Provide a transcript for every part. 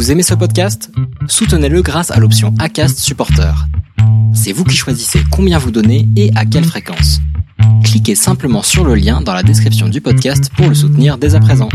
Vous aimez ce podcast ? Soutenez-le grâce à l'option Acast Supporter. C'est vous qui choisissez combien vous donnez et à quelle fréquence. Cliquez simplement sur le lien dans la description du podcast pour le soutenir dès à présent.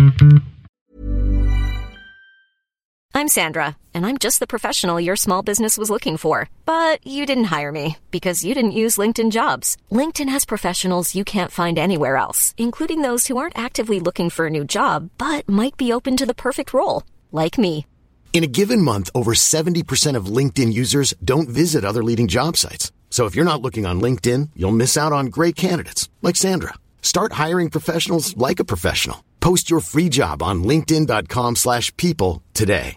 I'm Sandra, and I'm just the professional your small business was looking for. But you didn't hire me because you didn't use LinkedIn Jobs. LinkedIn has professionals you can't find anywhere else, including those who aren't actively looking for a new job, but might be open to the perfect role, like me. In a given month, over 70% of LinkedIn users don't visit other leading job sites. So if you're not looking on LinkedIn, you'll miss out on great candidates like Sandra. Start hiring professionals like a professional. Post your free job on linkedin.com/people today.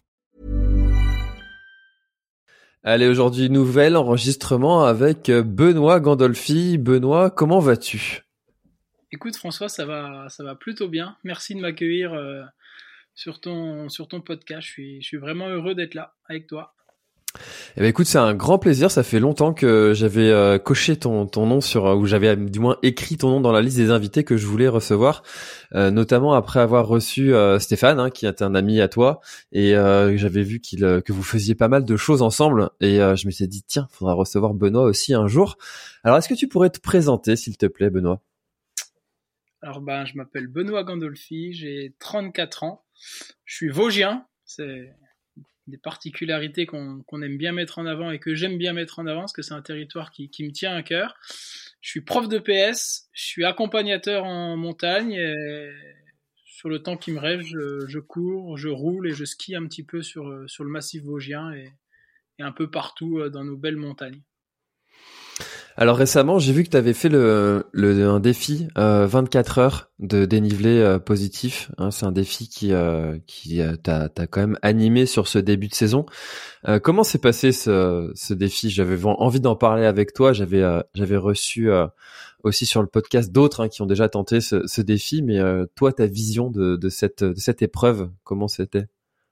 Allez, aujourd'hui, nouvel enregistrement avec Benoît Gandolfi. Benoît, comment vas-tu ? Écoute François, ça va plutôt bien. Merci de m'accueillir sur ton podcast. Je suis vraiment heureux d'être là avec toi. Eh ben écoute, c'est un grand plaisir. Ça fait longtemps que j'avais coché ton nom ou j'avais du moins écrit ton nom dans la liste des invités que je voulais recevoir, notamment après avoir reçu Stéphane, qui est un ami à toi, et j'avais vu que vous faisiez pas mal de choses ensemble, et je me suis dit tiens, faudra recevoir Benoît aussi un jour. Alors est-ce que tu pourrais te présenter, s'il te plaît, Benoît ? Alors je m'appelle Benoît Gandolfi, j'ai 34 ans, je suis vosgien, c'est des particularités qu'on aime bien mettre en avant et que j'aime bien mettre en avant parce que c'est un territoire qui me tient à cœur. Je suis prof de PS, je suis accompagnateur en montagne et sur le temps qui me reste, je cours, je roule et je skie un petit peu sur le massif vosgien et un peu partout dans nos belles montagnes. Alors récemment, j'ai vu que tu avais fait un défi 24 heures de dénivelé positif. C'est un défi qui t'a quand même animé sur ce début de saison. Comment s'est passé ce défi ? J'avais envie d'en parler avec toi. J'avais reçu aussi sur le podcast d'autres qui ont déjà tenté ce défi. Mais toi, ta vision de cette épreuve, comment c'était ?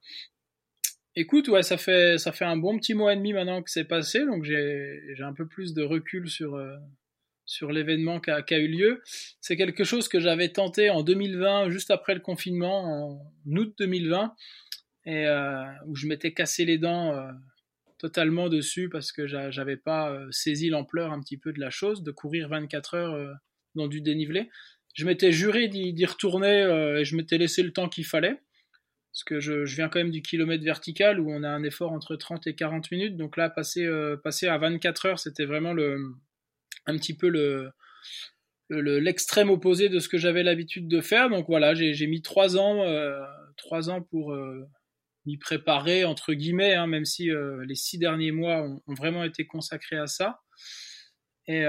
Écoute, ouais, ça fait un bon petit mois et demi maintenant que c'est passé, donc j'ai un peu plus de recul sur l'événement qui a eu lieu. C'est quelque chose que j'avais tenté en 2020, juste après le confinement, en août 2020, et où je m'étais cassé les dents totalement dessus parce que j'avais pas saisi l'ampleur un petit peu de la chose, de courir 24 heures dans du dénivelé. Je m'étais juré d'y retourner et je m'étais laissé le temps qu'il fallait. Parce que je viens quand même du kilomètre vertical où on a un effort entre 30 et 40 minutes. Donc là, passer à 24 heures, c'était vraiment un petit peu l'extrême opposé de ce que j'avais l'habitude de faire. Donc voilà, j'ai mis 3 ans pour m'y préparer, entre guillemets, même si les 6 derniers mois ont vraiment été consacrés à ça. Et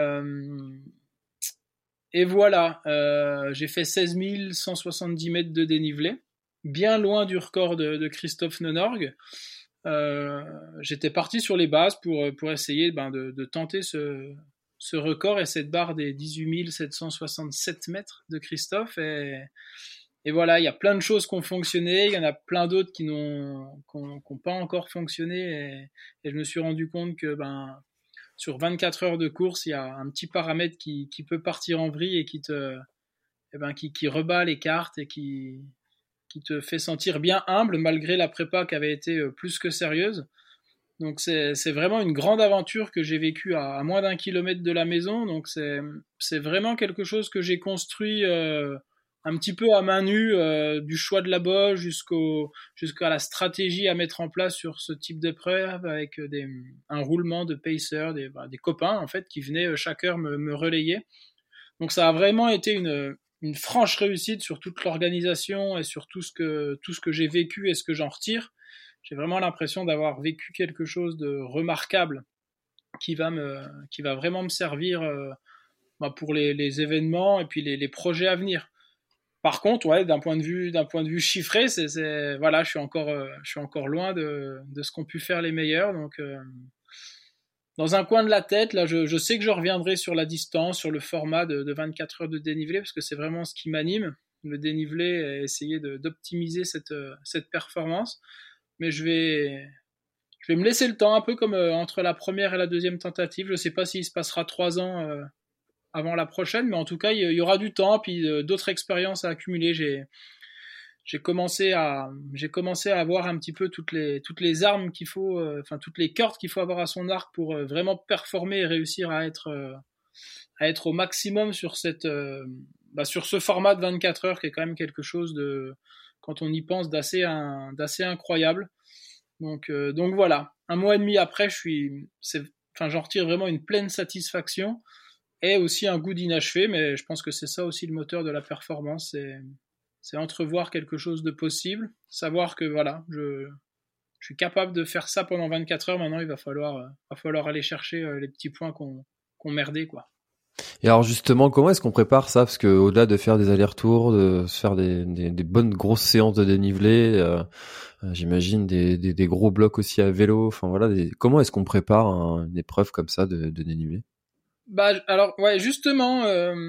voilà, j'ai fait 16 170 mètres de dénivelé. Bien loin du record de Christophe Neunorgue. J'étais parti sur les bases pour essayer de tenter ce record et cette barre des 18 767 mètres de Christophe. Et voilà, il y a plein de choses qui ont fonctionné, il y en a plein d'autres qui n'ont pas encore fonctionné. Et je me suis rendu compte que sur 24 heures de course, il y a un petit paramètre qui peut partir en vrille et qui rebat les cartes et qui te fait sentir bien humble malgré la prépa qui avait été plus que sérieuse. Donc c'est vraiment une grande aventure que j'ai vécue à moins d'1 kilomètre de la maison. Donc c'est vraiment quelque chose que j'ai construit un petit peu à main nue, du choix de la bosse jusqu'à la stratégie à mettre en place sur ce type d'épreuve avec un roulement de pacer, des copains en fait qui venaient chaque heure me relayer. Donc ça a vraiment été une franche réussite sur toute l'organisation et sur tout ce que j'ai vécu et ce que j'en retire. J'ai vraiment l'impression d'avoir vécu quelque chose de remarquable qui va vraiment me servir pour les événements et puis les projets à venir. Par contre, ouais, d'un point de vue chiffré, voilà, je suis encore loin de ce qu'ont pu faire les meilleurs. Donc dans un coin de la tête, là, je sais que je reviendrai sur la distance, sur le format de 24 heures de dénivelé, parce que c'est vraiment ce qui m'anime, le dénivelé, et essayer d'optimiser cette performance. Mais je vais me laisser le temps, un peu comme entre la première et la deuxième tentative. Je ne sais pas s'il se passera 3 ans avant la prochaine, mais en tout cas, il y aura du temps, puis d'autres expériences à accumuler. j'ai commencé à avoir un petit peu toutes les armes qu'il faut, toutes les cordes qu'il faut avoir à son arc pour vraiment performer et réussir à être au maximum sur sur ce format de 24 heures qui est quand même quelque chose de, quand on y pense, d'assez incroyable. Donc voilà, un mois et demi après, j'en retire vraiment une pleine satisfaction et aussi un goût d'inachevé, mais je pense que c'est ça aussi le moteur de la performance, c'est entrevoir quelque chose de possible, savoir que voilà, je suis capable de faire ça pendant 24 heures. Maintenant, il va falloir aller chercher les petits points qu'on merdé, quoi. Et alors justement, comment est-ce qu'on prépare ça? Parce que au-delà de faire des allers-retours, de se faire des bonnes grosses séances de dénivelé, j'imagine des gros blocs aussi à vélo. Enfin voilà, comment est-ce qu'on prépare une épreuve comme ça de dénivelé? Alors ouais, justement,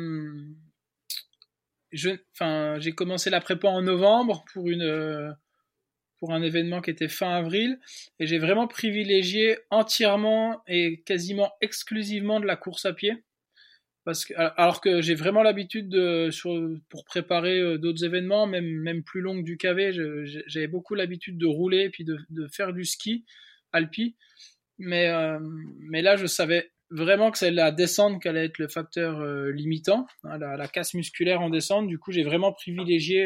j'ai commencé la prépa en novembre pour un événement qui était fin avril, et j'ai vraiment privilégié entièrement et quasiment exclusivement de la course à pied. Alors que j'ai vraiment l'habitude pour préparer d'autres événements, même plus longs que du KV, j'avais beaucoup l'habitude de rouler et puis de faire du ski alpi. Mais là, je savais vraiment que c'est la descente qui allait être le facteur limitant, hein, la casse musculaire en descente. Du coup, j'ai vraiment privilégié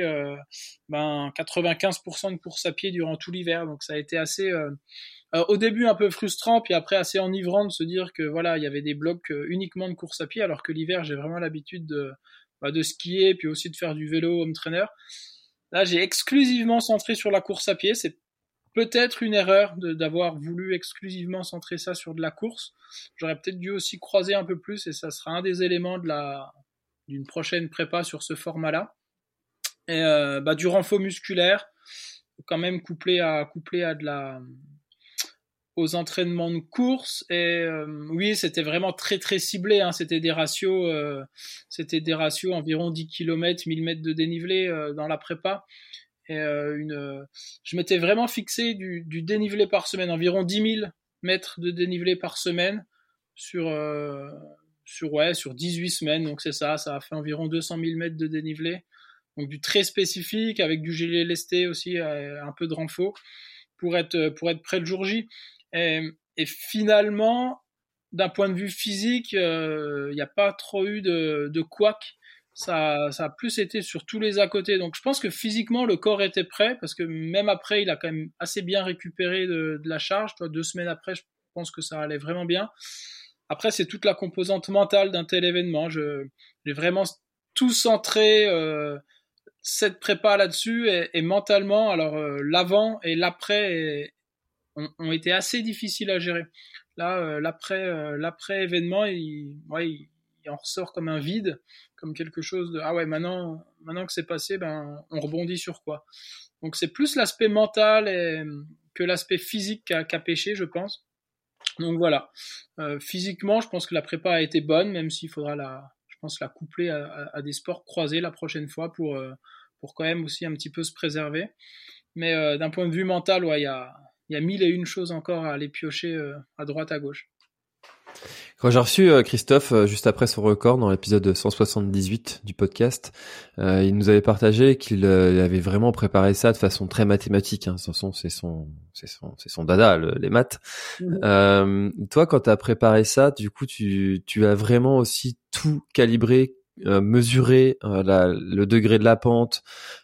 95% de course à pied durant tout l'hiver. Donc ça a été assez... au début un peu frustrant, puis après assez enivrant de se dire que voilà, il y avait des blocs uniquement de course à pied, alors que l'hiver j'ai vraiment l'habitude de skier, puis aussi de faire du vélo home trainer. Là, j'ai exclusivement centré sur la course à pied. C'est peut-être une erreur d'avoir voulu exclusivement centrer ça sur de la course. J'aurais peut-être dû aussi croiser un peu plus, et ça sera un des éléments d'une prochaine prépa sur ce format-là. Et du renfort musculaire, quand même couplé à aux entraînements de course. Et oui, c'était vraiment très très ciblé, hein. C'était des ratios environ 10 km, 1000 mètres de dénivelé dans la prépa. Et je m'étais vraiment fixé du dénivelé par semaine, environ 10 000 mètres de dénivelé par semaine sur 18 semaines. Donc c'est ça a fait environ 200 000 mètres de dénivelé. Donc du très spécifique, avec du gilet lesté aussi, un peu de renfort pour être prêt le jour J. Et finalement, d'un point de vue physique, il n'y a pas trop eu de couac. Ça a plus été sur tous les à côté. Donc je pense que physiquement, le corps était prêt, parce que même après, il a quand même assez bien récupéré de la charge. 2 semaines après, je pense que ça allait vraiment bien. Après, c'est toute la composante mentale d'un tel événement. J'ai vraiment tout centré cette prépa là-dessus, et mentalement, alors l'avant et l'après ont été assez difficiles à gérer. Là, l'après événement, il en ressort comme un vide, comme quelque chose de ah ouais, maintenant que c'est passé, on rebondit sur quoi. Donc c'est plus l'aspect mental que l'aspect physique qui a pêché, je pense. Donc voilà. Physiquement, je pense que la prépa a été bonne, même s'il faudra la coupler à des sports croisés la prochaine fois pour quand même aussi un petit peu se préserver. Mais d'un point de vue mental, ouais, il y a 1001 choses encore à aller piocher à droite, à gauche. Quand j'ai reçu Christophe juste après son record dans l'épisode 178 du podcast, il nous avait partagé qu'il avait vraiment préparé ça de façon très mathématique. Hein. De toute façon, c'est son dada, les maths. Toi, quand t'as préparé ça, du coup, tu as vraiment aussi tout calibré, mesuré le degré de la pente,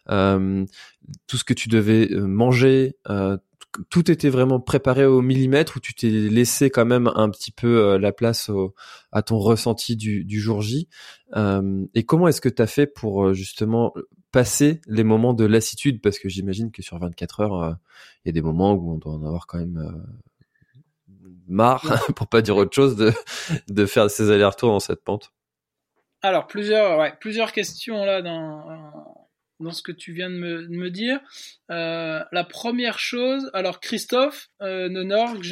tout ce que tu devais manger. Tout était vraiment préparé au millimètre, ou tu t'es laissé quand même un petit peu la place à ton ressenti du jour J. Et comment est-ce que tu as fait pour justement passer les moments de lassitude? Parce que j'imagine que sur 24 heures, il y a des moments où on doit en avoir quand même marre, pour pas dire autre chose, de faire ces allers-retours dans cette pente. Alors, plusieurs questions là dans ce que tu viens de me dire. La première chose, alors Christophe Nonorg,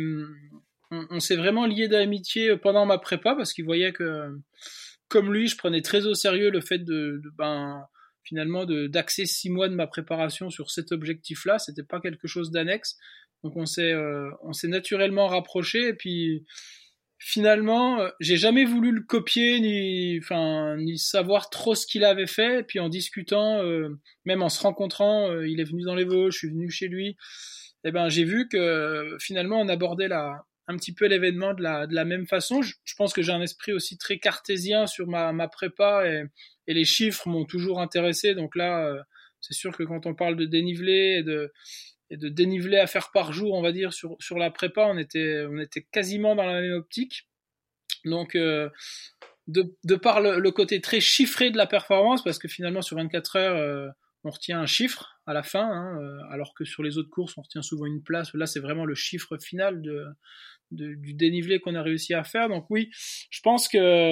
on s'est vraiment lié d'amitié pendant ma prépa, parce qu'il voyait que, comme lui, je prenais très au sérieux le fait finalement d'axer 6 mois de ma préparation sur cet objectif-là. C'était pas quelque chose d'annexe. Donc on s'est naturellement rapprochés, et puis finalement, j'ai jamais voulu le copier ni savoir trop ce qu'il avait fait. Et puis en discutant, même en se rencontrant, il est venu dans les Vosges, je suis venu chez lui. Et ben j'ai vu que finalement on abordait un petit peu l'événement de la même façon. Je pense que j'ai un esprit aussi très cartésien sur ma prépa et les chiffres m'ont toujours intéressé. Donc là, c'est sûr que quand on parle de dénivelé et de dénivelé à faire par jour, on va dire, sur la prépa, on était quasiment dans la même optique. Donc, de par le côté très chiffré de la performance, parce que finalement, sur 24 heures, on retient un chiffre à la fin, alors que sur les autres courses, on retient souvent une place. Là, c'est vraiment le chiffre final du dénivelé qu'on a réussi à faire. Donc oui, je pense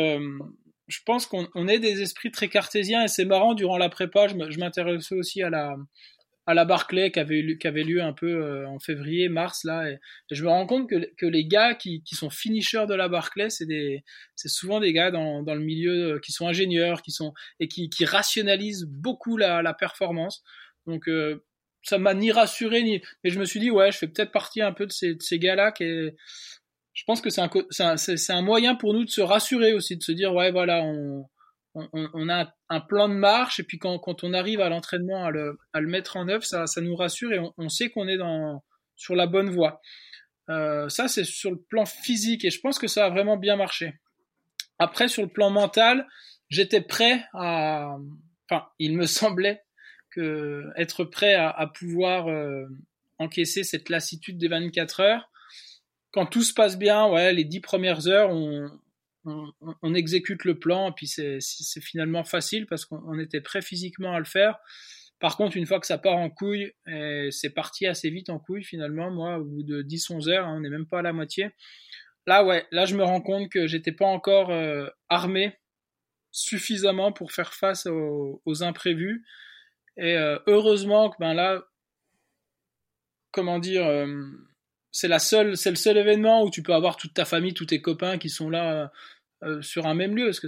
qu'on est des esprits très cartésiens et c'est marrant, durant la prépa, je m'intéressais aussi à la Barclay qui avait lieu un peu en février, mars là, et je me rends compte que les gars qui sont finishers de la Barclay, c'est souvent des gars dans le milieu qui sont ingénieurs, qui rationalisent beaucoup la performance. Donc ça m'a ni rassuré mais je me suis dit ouais, je fais peut-être partie un peu de ces gars-là je pense que c'est un moyen pour nous de se rassurer aussi, de se dire ouais voilà, on a un plan de marche et puis quand on arrive à l'entraînement à le mettre en œuvre, ça nous rassure et on sait qu'on est sur la bonne voie. Ça c'est sur le plan physique et je pense que ça a vraiment bien marché. Après sur le plan mental, j'étais prêt il me semblait être prêt à pouvoir encaisser cette lassitude des 24 heures. Quand tout se passe bien, ouais, les 10 premières heures, on exécute le plan, et puis c'est finalement facile parce qu'on était prêt physiquement à le faire. Par contre, une fois que ça part en couille, et c'est parti assez vite en couille finalement, moi, au bout de 10-11 heures, on n'est même pas à la moitié. Là, je me rends compte que j'étais pas encore armé suffisamment pour faire face aux imprévus. Et heureusement que là, comment dire, c'est le seul événement où tu peux avoir toute ta famille, tous tes copains qui sont là sur un même lieu, parce que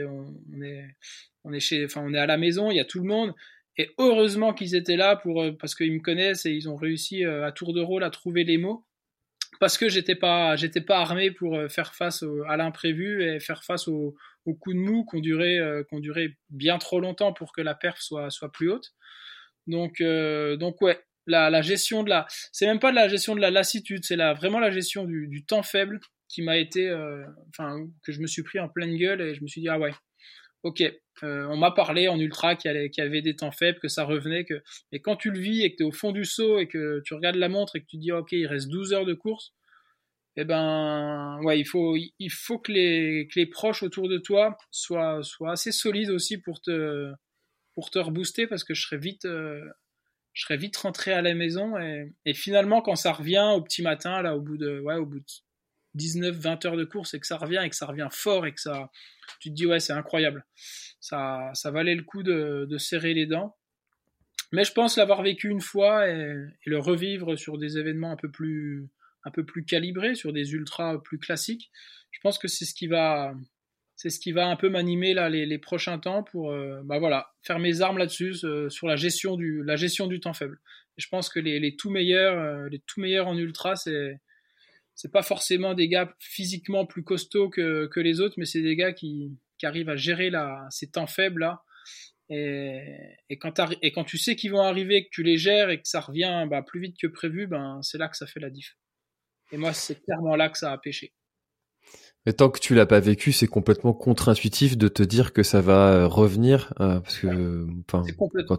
on est à la maison, il y a tout le monde. Et heureusement qu'ils étaient là parce qu'ils me connaissent et ils ont réussi à tour de rôle à trouver les mots. Parce que j'étais pas armé pour faire face à l'imprévu et faire face aux coups de mou qui ont duré bien trop longtemps pour que la perf soit plus haute. Donc ouais, la gestion c'est même pas de la gestion de la lassitude, c'est vraiment la gestion du temps faible qui m'a été, que je me suis pris en pleine gueule et je me suis dit ah ouais, ok, on m'a parlé en ultra qu'il y avait des temps faibles, que ça revenait, et quand tu le vis et que t'es au fond du seau et que tu regardes la montre et que tu te dis ok, il reste 12 heures de course, eh ben ouais, il faut que les proches autour de toi soient assez solides aussi pour te rebooster, parce que je serais vite rentré à la maison et finalement quand ça revient au petit matin là, au bout de 19-20 heures de course et que ça revient fort et que ça, tu te dis ouais, c'est incroyable, ça valait le coup de serrer les dents. Mais je pense l'avoir vécu une fois et le revivre sur des événements un peu plus calibrés, sur des ultras plus classiques, je pense que c'est ce qui va un peu m'animer là les prochains temps pour faire mes armes là-dessus, sur la gestion du temps faible. Et je pense que les tout meilleurs en ultra, c'est pas forcément des gars physiquement plus costauds que les autres, mais c'est des gars qui arrivent à gérer ces temps faibles là. Et quand tu sais qu'ils vont arriver, que tu les gères et que ça revient plus vite que prévu, c'est là que ça fait la diff. Et moi, c'est clairement là que ça a pêché. Mais tant que tu l'as pas vécu, c'est complètement contre-intuitif de te dire que ça va revenir, parce que, c'est complètement.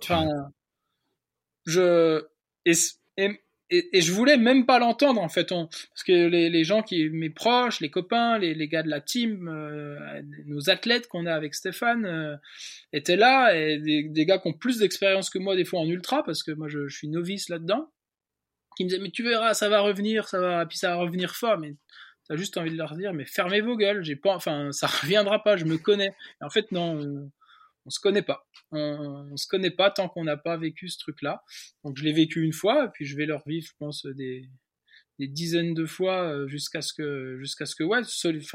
Et je voulais même pas l'entendre en fait, parce que les gens mes proches, les copains, les gars de la team, nos athlètes qu'on a avec Stéphane étaient là, et des gars qui ont plus d'expérience que moi des fois en ultra, parce que moi je suis novice là-dedans, qui me disaient mais tu verras, ça va revenir, puis ça va revenir fort, mais t'as juste envie de leur dire mais fermez vos gueules, ça reviendra pas, je me connais. Et en fait non, on se connaît pas. On se connaît pas tant qu'on n'a pas vécu ce truc-là. Donc je l'ai vécu une fois, et puis je vais le revivre, je pense, des dizaines de fois jusqu'à ce que ouais,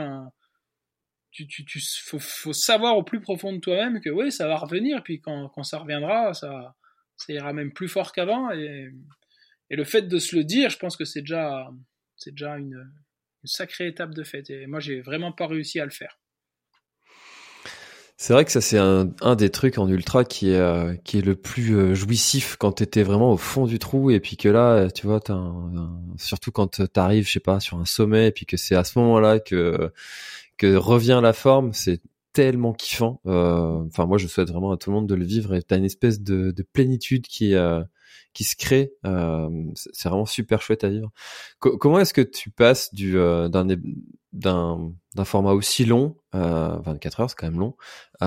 faut savoir au plus profond de toi-même que oui, ça va revenir, et puis quand ça reviendra, ça ira même plus fort qu'avant, et le fait de se le dire, je pense que c'est déjà sacrée étape de fête. Et moi, j'ai vraiment pas réussi à le faire. C'est vrai que ça, c'est un des trucs en ultra qui est le plus jouissif quand t'étais vraiment au fond du trou, et puis que là, tu vois, surtout quand t'arrives, je sais pas, sur un sommet, et puis que c'est à ce moment-là que revient la forme, c'est tellement kiffant. Enfin, moi, je souhaite vraiment à tout le monde de le vivre, et t'as une espèce de plénitude qui se crée. C'est vraiment super chouette à vivre. Comment est-ce que tu passes d'un format aussi long, 24 heures, c'est quand même long,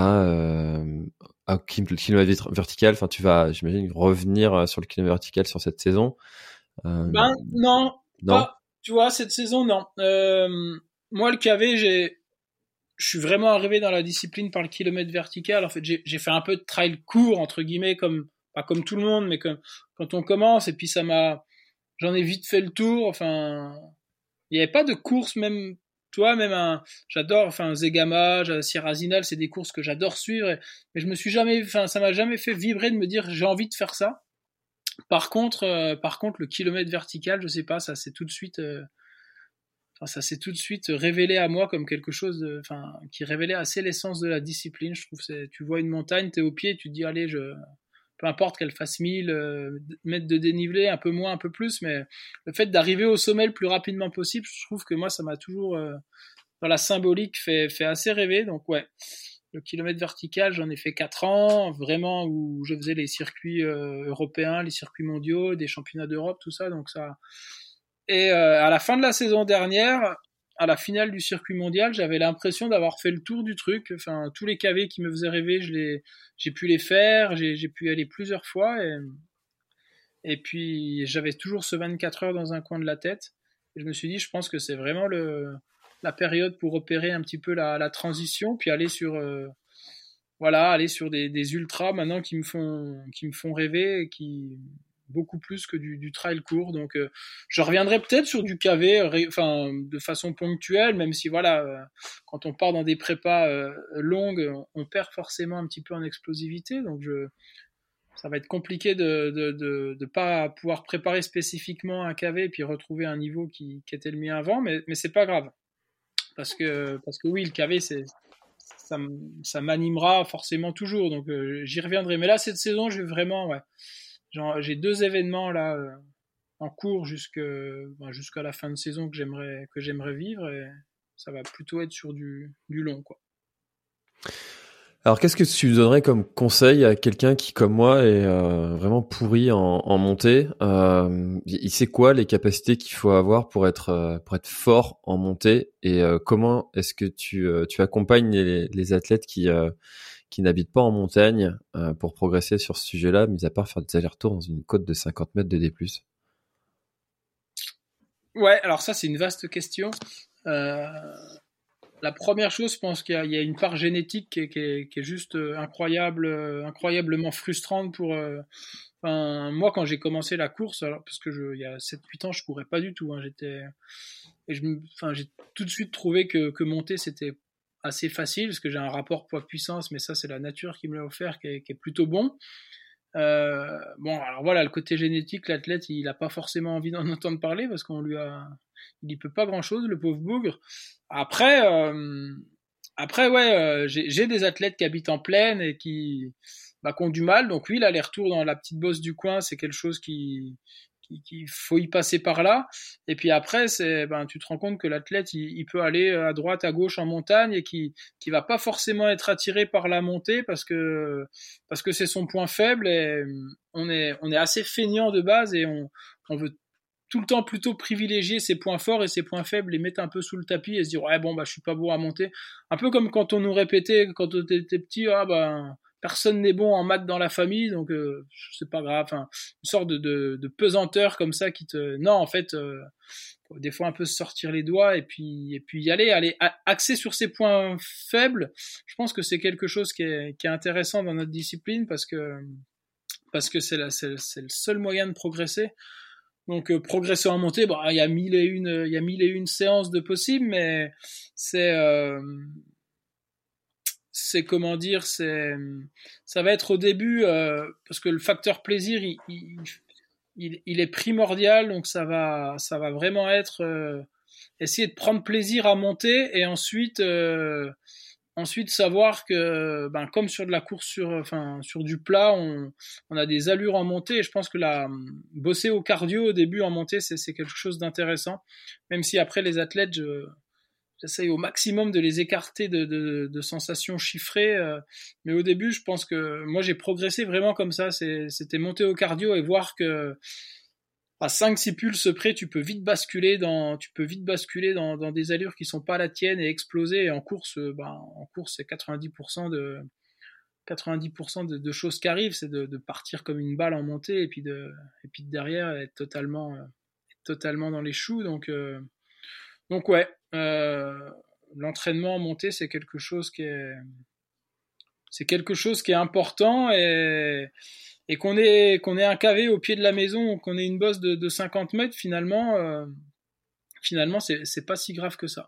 à kilomètre vertical? Enfin, tu vas, j'imagine, revenir sur le kilomètre vertical sur cette saison. Non, pas. Tu vois, cette saison, non. Moi, le KV, je suis vraiment arrivé dans la discipline par le kilomètre vertical. En fait, j'ai fait un peu de trail court, entre guillemets, pas comme tout le monde, mais quand on commence, et puis j'en ai vite fait le tour. Enfin, il n'y avait pas de course, même, toi, j'adore, enfin, Zegama, Sierra Zinal, c'est des courses que j'adore suivre, mais ça m'a jamais fait vibrer de me dire j'ai envie de faire ça. Par contre, le kilomètre vertical, je sais pas, ça s'est tout de suite révélé à moi comme quelque chose qui révélait assez l'essence de la discipline. Je trouve, tu vois une montagne, t'es au pied, tu te dis, allez, peu importe qu'elle fasse 1000 mètres de dénivelé, un peu moins, un peu plus, mais le fait d'arriver au sommet le plus rapidement possible, je trouve que moi, ça m'a toujours, dans la symbolique, fait assez rêver. Donc, ouais, le kilomètre vertical, j'en ai fait 4 ans, vraiment, où je faisais les circuits européens, les circuits mondiaux, des championnats d'Europe, tout ça. Donc, ça. Et à la fin de la saison dernière, à la finale du circuit mondial, j'avais l'impression d'avoir fait le tour du truc. Enfin, tous les KV qui me faisaient rêver, j'ai pu les faire, j'ai pu y aller plusieurs fois, et puis j'avais toujours ce 24 heures dans un coin de la tête. Et je me suis dit, je pense que c'est vraiment la période pour opérer un petit peu la transition, puis aller sur des ultras maintenant qui me font rêver, et qui beaucoup plus que du trail court. Donc je reviendrai peut-être sur du KV, de façon ponctuelle, même si quand on part dans des prépas longues, on perd forcément un petit peu en explosivité. Donc ça va être compliqué de pas pouvoir préparer spécifiquement un KV et puis retrouver un niveau qui était le mien avant, mais c'est pas grave, parce que oui, le KV, ça m'animera forcément toujours. Donc j'y reviendrai. Mais là, cette saison, j'ai 2 événements là en cours jusqu'à la fin de saison que j'aimerais vivre, et ça va plutôt être sur du long, quoi. Alors, qu'est-ce que tu donnerais comme conseil à quelqu'un qui, comme moi, est vraiment pourri en montée? Il sait quoi les capacités qu'il faut avoir pour être fort en montée, et comment est-ce que tu accompagnes les athlètes qui n'habitent pas en montagne pour progresser sur ce sujet-là, mis à part faire des allers-retours dans une côte de 50 mètres de D+. Ouais, alors ça, c'est une vaste question. La première chose, je pense qu'il y a une part génétique qui est juste incroyablement frustrante pour. Moi, quand j'ai commencé la course, parce que il y a 7-8 ans, je courais pas du tout. Hein, j'ai tout de suite trouvé que monter, c'était assez facile, parce que j'ai un rapport poids-puissance, mais ça, c'est la nature qui me l'a offert, qui est plutôt bon. Bon, alors voilà, le côté génétique, l'athlète, il a pas forcément envie d'en entendre parler, parce il y peut pas grand chose, le pauvre bougre. Après, ouais, j'ai des athlètes qui habitent en plaine et qui ont du mal. Donc oui, l'aller-retour dans la petite bosse du coin, c'est quelque chose qu'il faut y passer par là. Et puis après, tu te rends compte que l'athlète, il peut aller à droite, à gauche en montagne, et qui va pas forcément être attiré par la montée, parce que c'est son point faible, et on est assez feignant de base, et on veut tout le temps plutôt privilégier ses points forts, et ses points faibles les mettre un peu sous le tapis, et se dire, ouais, bon, je suis pas bon à monter. Un peu comme quand on nous répétait, quand on était petit, personne n'est bon en maths dans la famille, donc c'est pas grave. Enfin, une sorte de pesanteur comme ça non, en fait, faut des fois un peu se sortir les doigts, et puis y aller axer sur ses points faibles. Je pense que c'est quelque chose qui est intéressant dans notre discipline, parce que c'est le seul moyen de progresser. Donc progresser en montée, il y a 1001 séances de possibles, mais c'est comment dire, ça va être au début, parce que le facteur plaisir, il est primordial, donc ça va vraiment être essayer de prendre plaisir à monter et ensuite savoir que comme sur de la course sur du plat, on a des allures en montée, et je pense que bosser au cardio au début en montée, c'est quelque chose d'intéressant, même si après les athlètes, j'essaye au maximum de les écarter de sensations chiffrées, mais au début je pense que moi j'ai progressé vraiment comme ça, c'était monter au cardio et voir que à 5-6 pulses près, tu peux vite basculer dans des allures qui sont pas la tienne et exploser. Et en course, c'est 90% de choses qui arrivent, c'est de partir comme une balle en montée et puis de derrière être totalement dans les choux. Donc ouais, l'entraînement en montée, c'est quelque chose qui est important, et qu'on ait un KV au pied de la maison, ou qu'on ait une bosse de 50 mètres, finalement, c'est pas si grave que ça.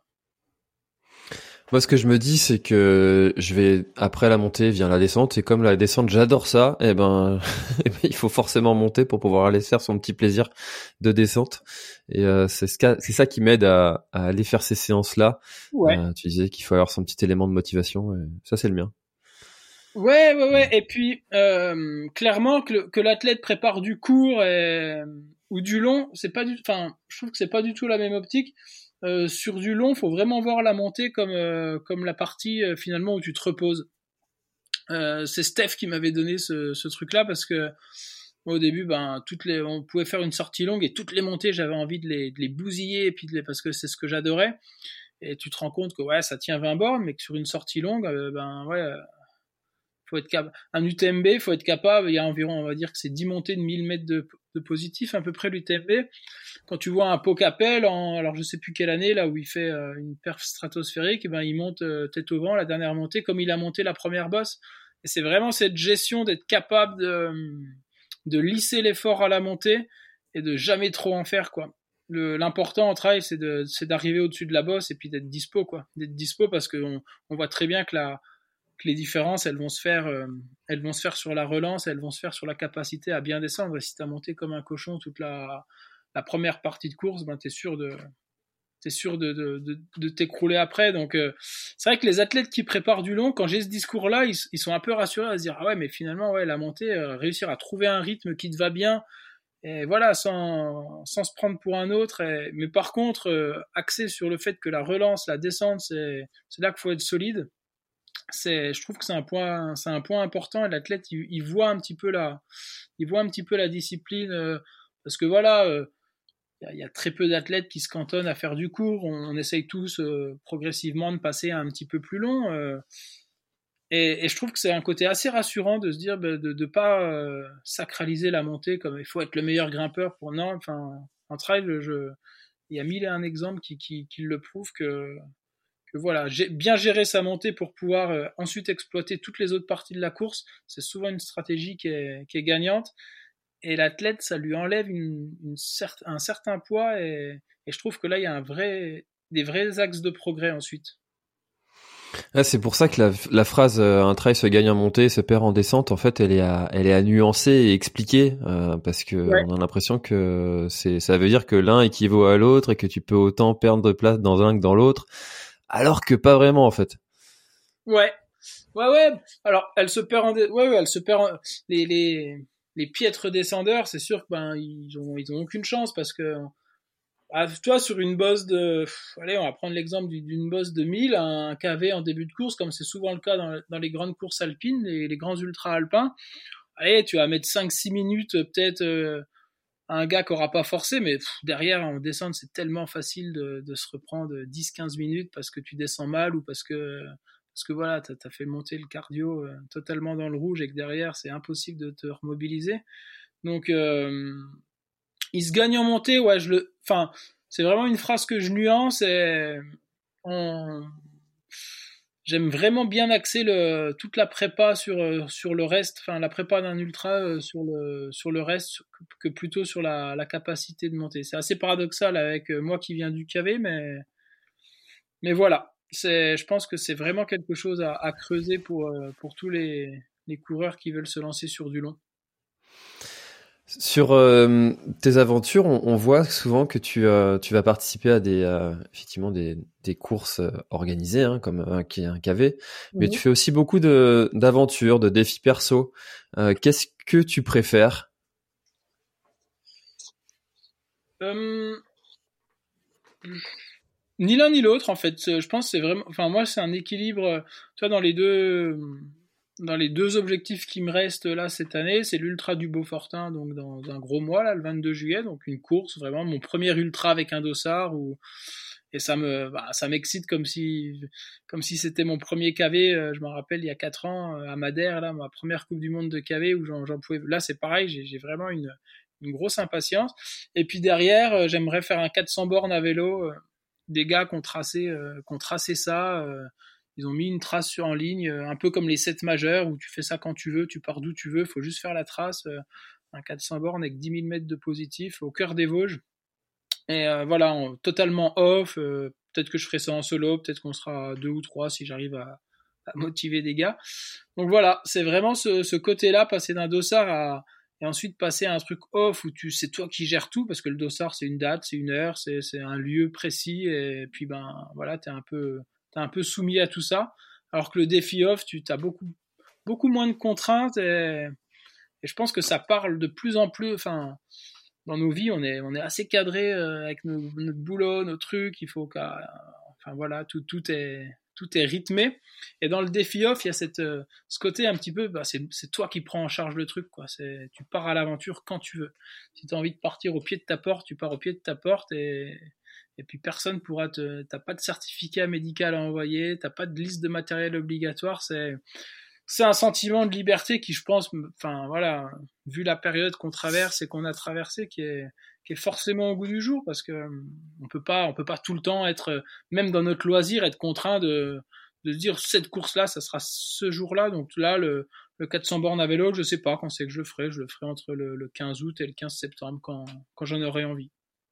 Moi, ce que je me dis, c'est que après la montée vient la descente, et comme la descente, j'adore ça, il faut forcément monter pour pouvoir aller faire son petit plaisir de descente. Et c'est ça qui m'aide à aller faire ces séances-là. Ouais. Tu disais qu'il faut avoir son petit élément de motivation, et ça, c'est le mien. Ouais. Et puis, clairement, que l'athlète prépare du court ou du long, je trouve que c'est pas du tout la même optique. Sur du long, faut vraiment voir la montée comme la partie finalement où tu te reposes. C'est Steph qui m'avait donné ce truc-là, parce que au début, on pouvait faire une sortie longue, et toutes les montées, j'avais envie de les bousiller, et puis parce que c'est ce que j'adorais. Et tu te rends compte que ça tient 20 bornes, mais que sur une sortie longue, faut être capable. Un UTMB, faut être capable. Il y a environ, on va dire que c'est 10 montées de 1000 mètres de positif, à peu près, l'UTMB. Quand tu vois un Pau-Capel, alors je sais plus quelle année, là où il fait une perf stratosphérique, il monte tête au vent la dernière montée, comme il a monté la première bosse. Et c'est vraiment cette gestion d'être capable de lisser l'effort à la montée et de jamais trop en faire, quoi. L'important en trail, c'est d'arriver au-dessus de la bosse et puis d'être dispo, quoi. D'être dispo, parce qu'on voit très bien que les différences, elles vont se faire sur la relance, elles vont se faire sur la capacité à bien descendre. Et si t'as monté comme un cochon toute la première partie de course, t'es sûr de t'écrouler après. Donc c'est vrai que les athlètes qui préparent du long, quand j'ai ce discours-là, ils sont un peu rassurés à se dire, ah ouais, mais finalement, ouais, la montée, réussir à trouver un rythme qui te va bien, et voilà, sans se prendre pour un autre. Mais par contre, axer sur le fait que la relance, la descente, c'est là qu'il faut être solide. Je trouve que c'est un point important, et l'athlète, il voit un petit peu la discipline, parce que voilà, il y a très peu d'athlètes qui se cantonnent à faire du court. On essaye tous progressivement de passer à un petit peu plus long, et je trouve que c'est un côté assez rassurant de se dire de pas sacraliser la montée comme il faut être le meilleur grimpeur pour. Non, en trail, il y a 1001 exemples qui le prouvent que voilà, bien gérer sa montée pour pouvoir ensuite exploiter toutes les autres parties de la course, c'est souvent une stratégie qui est gagnante. Et l'athlète, ça lui enlève un certain poids, et je trouve que là, il y a des vrais axes de progrès ensuite. C'est pour ça que la phrase un trail se gagne en montée, se perd en descente, en fait, elle est à nuancer et expliquer, parce que on a l'impression que ça veut dire que l'un équivaut à l'autre, et que tu peux autant perdre de place dans un que dans l'autre, alors que pas vraiment, en fait. Ouais. Alors, elle se perd elle se perd les piètres descendeurs, c'est sûr que ils ont aucune chance, parce que toi, sur une bosse allez, on va prendre l'exemple d'une bosse de 1000, un KV en début de course, comme c'est souvent le cas dans les grandes courses alpines, les grands ultra alpins. Allez, tu vas mettre 5-6 minutes peut-être à un gars qui aura pas forcé, mais derrière, en descente, c'est tellement facile de se reprendre 10-15 minutes parce que tu descends mal, ou parce que voilà, t'as fait monter le cardio totalement dans le rouge, et que derrière, c'est impossible de te remobiliser. Donc, il se gagne en montée, ouais, c'est vraiment une phrase que je nuance, et j'aime vraiment bien axer toute la prépa sur le reste, la prépa d'un ultra sur le reste, que plutôt sur la capacité de monter. C'est assez paradoxal avec moi qui viens du KV, mais voilà. Je pense que c'est vraiment quelque chose à creuser pour tous les coureurs qui veulent se lancer sur du long. Sur tes aventures, on voit souvent que tu vas participer à effectivement des courses organisées, hein, comme un KV, mais tu fais aussi beaucoup d'aventures, de défis perso. Qu'est-ce que tu préfères? Ni l'un ni l'autre en fait. Je pense que c'est vraiment. Enfin moi c'est un équilibre. Tu vois dans les deux objectifs qui me restent là cette année, c'est l'ultra du Beaufortin, donc dans un gros mois là, le 22 juillet, donc une course vraiment mon premier ultra avec un dossard et ça m'excite comme si c'était mon premier KV. Je me rappelle il y a 4 ans à Madère là, ma première Coupe du Monde de KV où j'en pouvais. Là c'est pareil, j'ai vraiment une grosse impatience. Et puis derrière, j'aimerais faire un 400 bornes à vélo. Des gars qui ont tracé ça. Ils ont mis une trace en ligne, un peu comme les 7 majeurs, où tu fais ça quand tu veux, tu pars d'où tu veux, il faut juste faire la trace, un 400 bornes avec 10 000 mètres de positif au cœur des Vosges. Et voilà, totalement off, peut-être que je ferai ça en solo, peut-être qu'on sera 2 ou 3 si j'arrive à motiver des gars. Donc voilà, c'est vraiment ce côté-là, passer d'un dossard et ensuite passer à un truc off où c'est toi qui gères tout, parce que le dossard c'est une date, c'est une heure, c'est un lieu précis, et puis ben voilà, t'es un peu soumis à tout ça, alors que le défi off, tu as beaucoup moins de contraintes, et je pense que ça parle de plus en plus, enfin, dans nos vies, on est assez cadré avec notre boulot, nos trucs, il faut enfin voilà, tout est rythmé, et dans le défi off, il y a ce côté un petit peu, bah, c'est toi qui prends en charge le truc, quoi. Tu pars à l'aventure quand tu veux. Si tu as envie de partir au pied de ta porte, tu pars au pied de ta porte, et puis personne pourra t'as pas de certificat médical à envoyer, t'as pas de liste de matériel obligatoire, c'est un sentiment de liberté qui, je pense, enfin voilà, vu la période qu'on traverse et qu'on a traversé, qui est forcément au goût du jour, parce que on peut pas tout le temps être, même dans notre loisir, être contraint de dire cette course-là, ça sera ce jour-là. Donc là, le 400 bornes à vélo, je sais pas quand c'est que je le ferai entre le 15 août et le 15 septembre quand j'en aurai envie.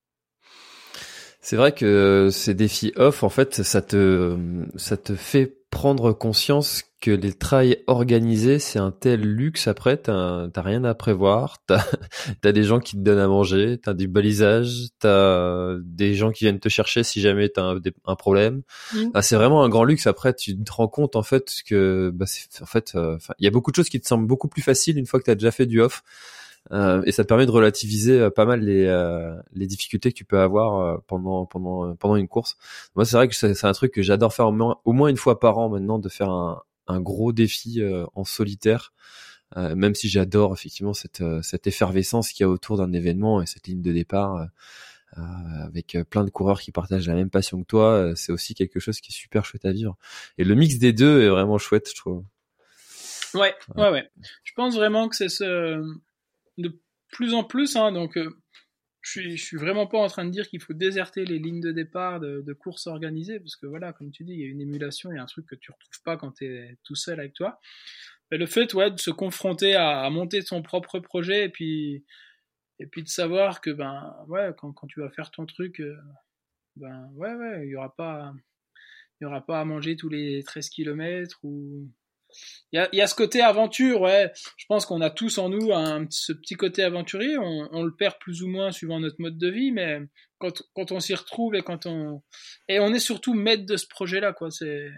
C'est vrai que ces défis off, en fait, ça te fait prendre conscience que les trails organisés, c'est un tel luxe. Après, t'as rien à prévoir, t'as des gens qui te donnent à manger, t'as du balisage, t'as des gens qui viennent te chercher si jamais t'as un problème. Ah, c'est vraiment un grand luxe. Après, tu te rends compte, en fait, que, bah, il y a beaucoup de choses qui te semblent beaucoup plus faciles une fois que t'as déjà fait du off. Et ça te permet de relativiser pas mal les difficultés que tu peux avoir pendant une course. Moi, c'est vrai que c'est un truc que j'adore faire au moins une fois par an maintenant, de faire un gros défi en solitaire. Même si j'adore effectivement cette effervescence qu'il y a autour d'un événement et cette ligne de départ avec plein de coureurs qui partagent la même passion que toi, c'est aussi quelque chose qui est super chouette à vivre. Et le mix des deux est vraiment chouette, je trouve. Ouais. Je pense vraiment que c'est de plus en plus, hein, donc je suis vraiment pas en train de dire qu'il faut déserter les lignes de départ de courses organisées, parce que voilà, comme tu dis, il y a une émulation, il y a un truc que tu retrouves pas quand tu es tout seul avec toi. Mais le fait, ouais, de se confronter à monter son propre projet, et puis de savoir que ben ouais, quand tu vas faire ton truc, ben ouais, il y aura pas à manger tous les 13 kilomètres, ou il y a ce côté aventure, ouais. Je pense qu'on a tous en nous ce petit côté aventurier. On le perd plus ou moins suivant notre mode de vie, mais quand on s'y retrouve, et on est surtout maître de ce projet-là, quoi.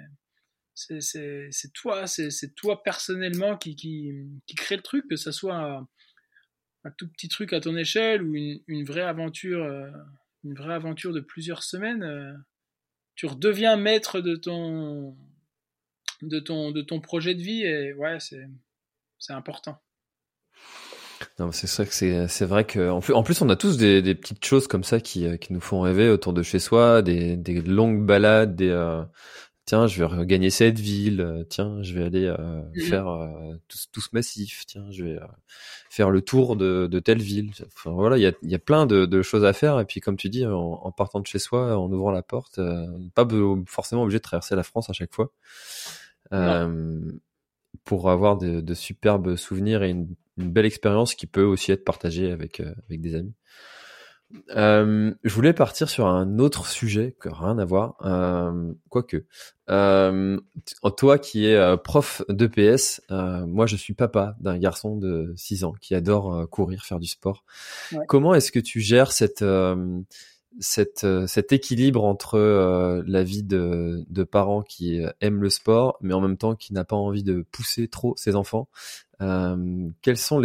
C'est toi personnellement qui crée le truc, que ça soit un tout petit truc à ton échelle, ou une vraie aventure de plusieurs semaines. Tu redeviens maître de ton projet de vie, et ouais, c'est important. Non, c'est ça que c'est vrai que en plus on a tous des petites choses comme ça qui nous font rêver autour de chez soi, des longues balades, tiens, je vais regagner cette ville, tiens, je vais aller faire tout ce massif, tiens, je vais faire le tour de telle ville. Enfin voilà, il y a plein de choses à faire, et puis comme tu dis, en partant de chez soi, en ouvrant la porte, pas forcément obligé de traverser la France à chaque fois. Pour avoir de superbes souvenirs et une belle expérience qui peut aussi être partagée avec des amis. Je voulais partir sur un autre sujet que rien à voir, quoique. Toi qui es prof d'EPS, moi je suis papa d'un garçon de 6 ans qui adore courir, faire du sport. Ouais. Comment est-ce que tu gères cet équilibre entre la vie de parents qui aiment le sport, mais en même temps qui n'a pas envie de pousser trop ses enfants? Quels sont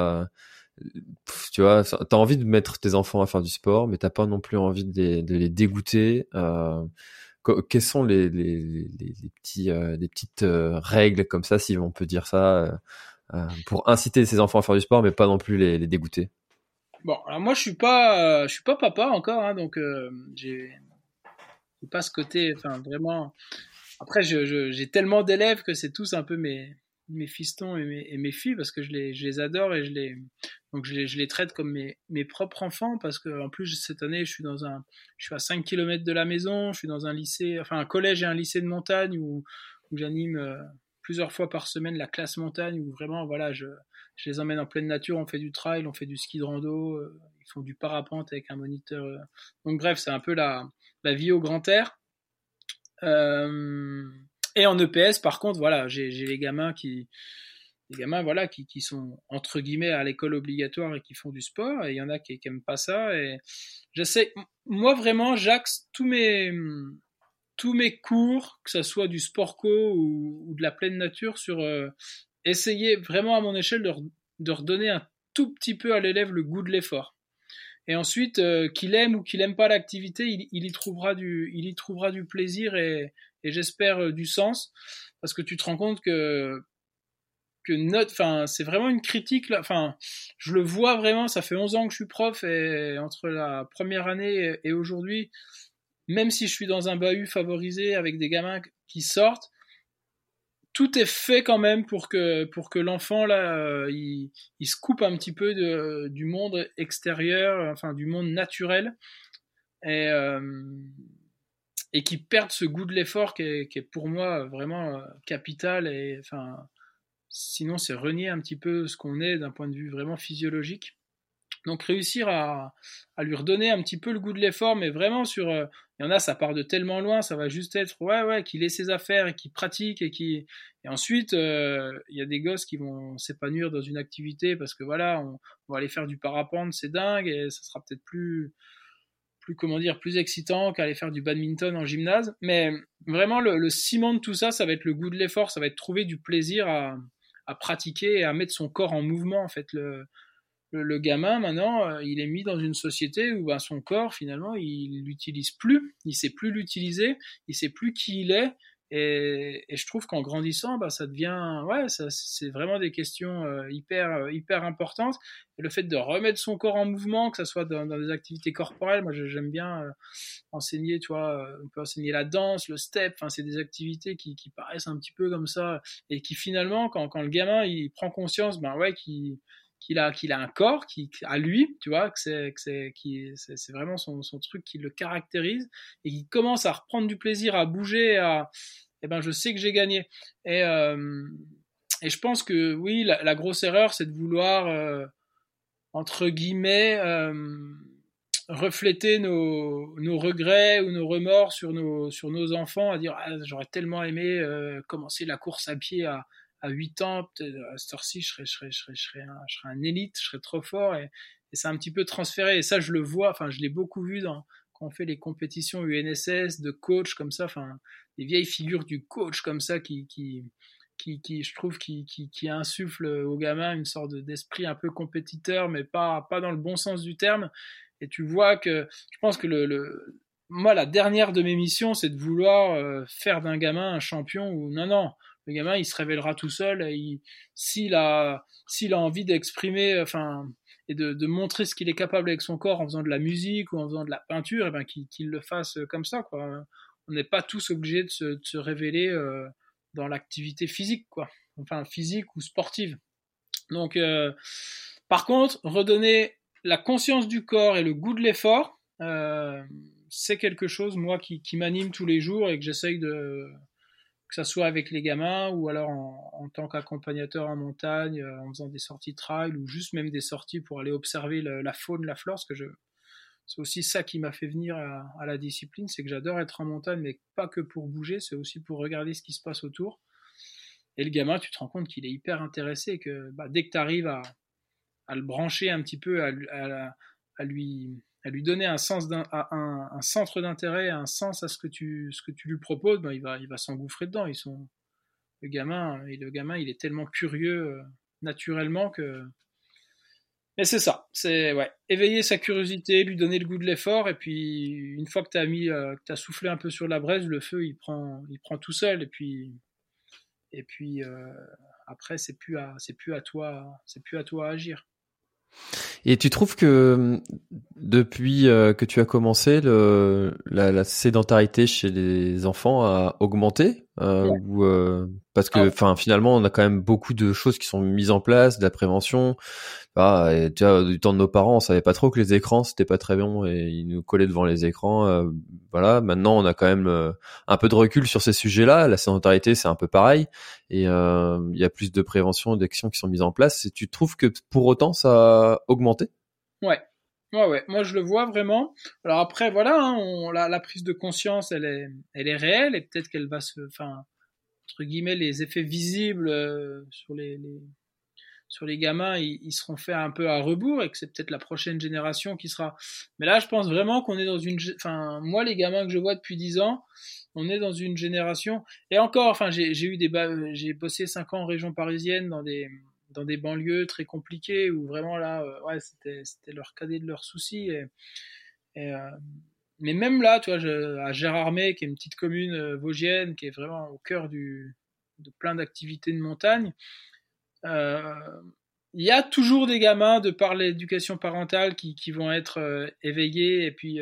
tu vois, t'as envie de mettre tes enfants à faire du sport, mais t'as pas non plus envie de les dégoûter. Quels sont les petites règles comme ça, si on peut dire ça, pour inciter ses enfants à faire du sport, mais pas non plus les dégoûter? Bon, alors moi je suis pas papa encore, hein, donc j'ai pas ce côté, enfin vraiment. Après, j'ai tellement d'élèves que c'est tous un peu mes fistons et mes filles parce que je les adore et donc je les traite comme mes propres enfants parce que en plus cette année je suis à 5 kilomètres de la maison, je suis dans un lycée, enfin un collège et un lycée de montagne où j'anime plusieurs fois par semaine la classe montagne où vraiment voilà je les emmène en pleine nature, on fait du trail, on fait du ski de rando, ils font du parapente avec un moniteur. Donc bref, c'est un peu la vie au grand air. Et en EPS, par contre, voilà, j'ai les gamins voilà, qui sont entre guillemets à l'école obligatoire et qui font du sport, et il y en a qui aiment pas ça. Et j'essaie, moi vraiment, j'axe tous mes cours, que ça soit du sport co ou de la pleine nature, sur essayer vraiment à mon échelle de redonner un tout petit peu à l'élève le goût de l'effort. Et ensuite, qu'il aime ou qu'il aime pas l'activité, il y trouvera du plaisir et j'espère du sens, parce que tu te rends compte que enfin, c'est vraiment une critique là. Enfin, je le vois vraiment. Ça fait 11 ans que je suis prof et entre la première année et aujourd'hui, même si je suis dans un bahut favorisé avec des gamins qui sortent, tout est fait quand même pour que l'enfant là il se coupe un petit peu du monde extérieur, enfin du monde naturel, et qui perde ce goût de l'effort qui est pour moi vraiment capital. Et enfin sinon c'est renier un petit peu ce qu'on est d'un point de vue vraiment physiologique. Donc réussir à lui redonner un petit peu le goût de l'effort, mais vraiment sur... il y en a, ça part de tellement loin, ça va juste être, ouais, qu'il ait ses affaires et qu'il pratique et ensuite, il y a des gosses qui vont s'épanouir dans une activité parce que voilà, on va aller faire du parapente, c'est dingue, et ça sera peut-être comment dire, plus excitant qu'aller faire du badminton en gymnase. Mais vraiment, le ciment de tout ça, ça va être le goût de l'effort, ça va être trouver du plaisir à pratiquer et à mettre son corps en mouvement, en fait. Le gamin maintenant, il est mis dans une société où son corps finalement il l'utilise plus, il sait plus l'utiliser, il sait plus qui il est, et je trouve qu'en grandissant, ça devient, ouais, ça, c'est vraiment des questions hyper importantes. Et le fait de remettre son corps en mouvement, que ça soit dans des activités corporelles, moi j'aime bien enseigner, tu vois, on peut enseigner la danse, le step, enfin c'est des activités qui paraissent un petit peu comme ça et qui finalement quand le gamin il prend conscience, ouais, qu'il a un corps qui à lui, tu vois, que c'est vraiment son truc qui le caractérise, et qui commence à reprendre du plaisir à bouger, je sais que j'ai gagné. Et je pense que oui, la grosse erreur, c'est de vouloir entre guillemets refléter nos regrets ou nos remords sur nos enfants, à dire j'aurais tellement aimé commencer la course à pied à 8 ans, peut-être à cette heure-ci, je serais un élite, je serais trop fort, et c'est un petit peu transféré. Et ça, je le vois, enfin, je l'ai beaucoup vu quand on fait les compétitions UNSS de coach comme ça, enfin, des vieilles figures du coach comme ça qui je trouve, qui insuffle aux gamins une sorte d'esprit un peu compétiteur, mais pas dans le bon sens du terme. Et tu vois que, je pense que moi, la dernière de mes missions, c'est de vouloir faire d'un gamin un champion, ou non, le gamin, il se révélera tout seul, et s'il a envie d'exprimer, enfin, et de montrer ce qu'il est capable avec son corps en faisant de la musique ou en faisant de la peinture, et qu'il le fasse comme ça, quoi. On n'est pas tous obligés de se révéler dans l'activité physique, quoi. Enfin, physique ou sportive. Donc, par contre, redonner la conscience du corps et le goût de l'effort, c'est quelque chose, moi, qui m'anime tous les jours, et que j'essaye que ça soit avec les gamins ou alors en tant qu'accompagnateur en montagne, en faisant des sorties trail ou juste même des sorties pour aller observer la faune, la flore, parce que c'est aussi ça qui m'a fait venir à la discipline, c'est que j'adore être en montagne, mais pas que pour bouger, c'est aussi pour regarder ce qui se passe autour. Et le gamin, tu te rends compte qu'il est hyper intéressé, et que dès que tu arrives à le brancher un petit peu, à lui donner un sens un centre d'intérêt, un sens à ce que tu lui proposes, il va s'engouffrer dedans. Le gamin, il est tellement curieux naturellement que. Mais c'est ça, c'est éveiller sa curiosité, lui donner le goût de l'effort, et puis une fois que t'as soufflé un peu sur la braise, le feu il prend tout seul, et puis après c'est plus à toi à agir. Et tu trouves que depuis que tu as commencé, la sédentarité chez les enfants a augmenté ou parce que finalement on a quand même beaucoup de choses qui sont mises en place, de la prévention. Et, tu vois, du temps de nos parents, on savait pas trop que les écrans c'était pas très bon et ils nous collaient devant les écrans. Voilà, maintenant on a quand même un peu de recul sur ces sujets-là. La sédentarité c'est un peu pareil et il y a plus de prévention, d'actions qui sont mises en place. Et tu trouves que pour autant ça a augmenté? Ouais. Moi je le vois vraiment. Alors après voilà, la prise de conscience elle est réelle, et peut-être qu'elle va entre guillemets les effets visibles sur les gamins, ils seront faits un peu à rebours, et que c'est peut-être la prochaine génération qui sera. Mais là, je pense vraiment qu'on est dans moi, les gamins que je vois depuis 10 ans, on est dans une génération. Et encore, j'ai bossé 5 ans en région parisienne dans des banlieues très compliquées où vraiment là, c'était leur cadet de leurs soucis. Mais même là, tu vois, à Gérardmer, qui est une petite commune vosgienne, qui est vraiment au cœur de plein d'activités de montagne. Il y a toujours des gamins, de par l'éducation parentale, qui vont être éveillés, et puis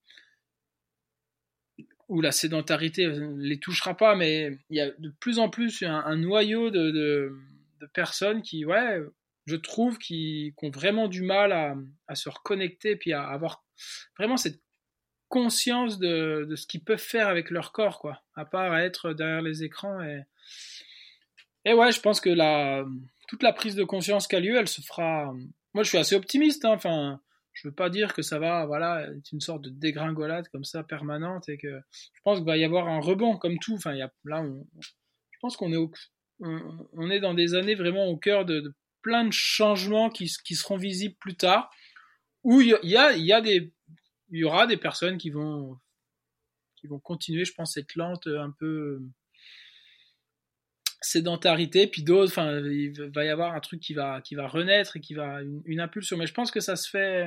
où la sédentarité les touchera pas, mais il y a de plus en plus un noyau de personnes qui, je trouve, qui ont vraiment du mal à se reconnecter, puis à avoir vraiment cette conscience de ce qu'ils peuvent faire avec leur corps, quoi, à part être derrière les écrans. Et je pense que toute la prise de conscience qui a lieu, elle se fera. Moi, je suis assez optimiste. Enfin, je veux pas dire que ça va, être une sorte de dégringolade comme ça permanente, et que je pense qu'il va y avoir un rebond comme tout. Enfin, je pense qu'on est on est dans des années vraiment au cœur de plein de changements qui seront visibles plus tard, où il y aura des personnes qui vont continuer, je pense, cette lente un peu sédentarité, puis d'autres, il va y avoir un truc qui va renaître, et qui va une impulsion. Mais je pense que ça se fait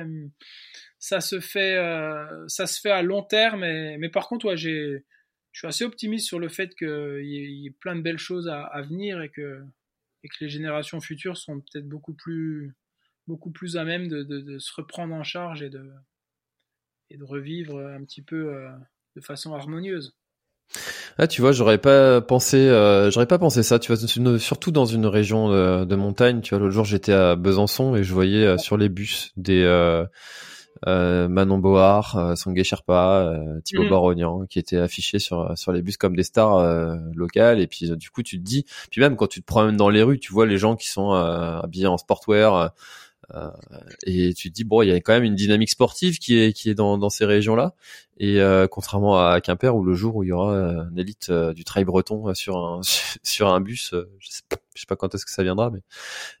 à long terme. Mais par contre, je suis assez optimiste sur le fait qu'il y ait plein de belles choses à venir, et que les générations futures sont peut-être beaucoup plus à même de se reprendre en charge, et de revivre un petit peu de façon harmonieuse. Ah, tu vois, j'aurais pas pensé ça. Tu vois, surtout dans une région de montagne. Tu vois, l'autre jour j'étais à Besançon et je voyais sur les bus des Manon Board, Sangué Sherpa, Thibaut Barognan qui étaient affichés sur les bus comme des stars locales. Et puis du coup, tu te dis, puis même quand tu te promènes dans les rues, tu vois les gens qui sont habillés en sportwear. Et tu te dis il y a quand même une dynamique sportive qui est dans ces régions-là, et contrairement à Quimper où le jour où il y aura une élite du trail breton sur un bus, je sais pas quand est-ce que ça viendra, mais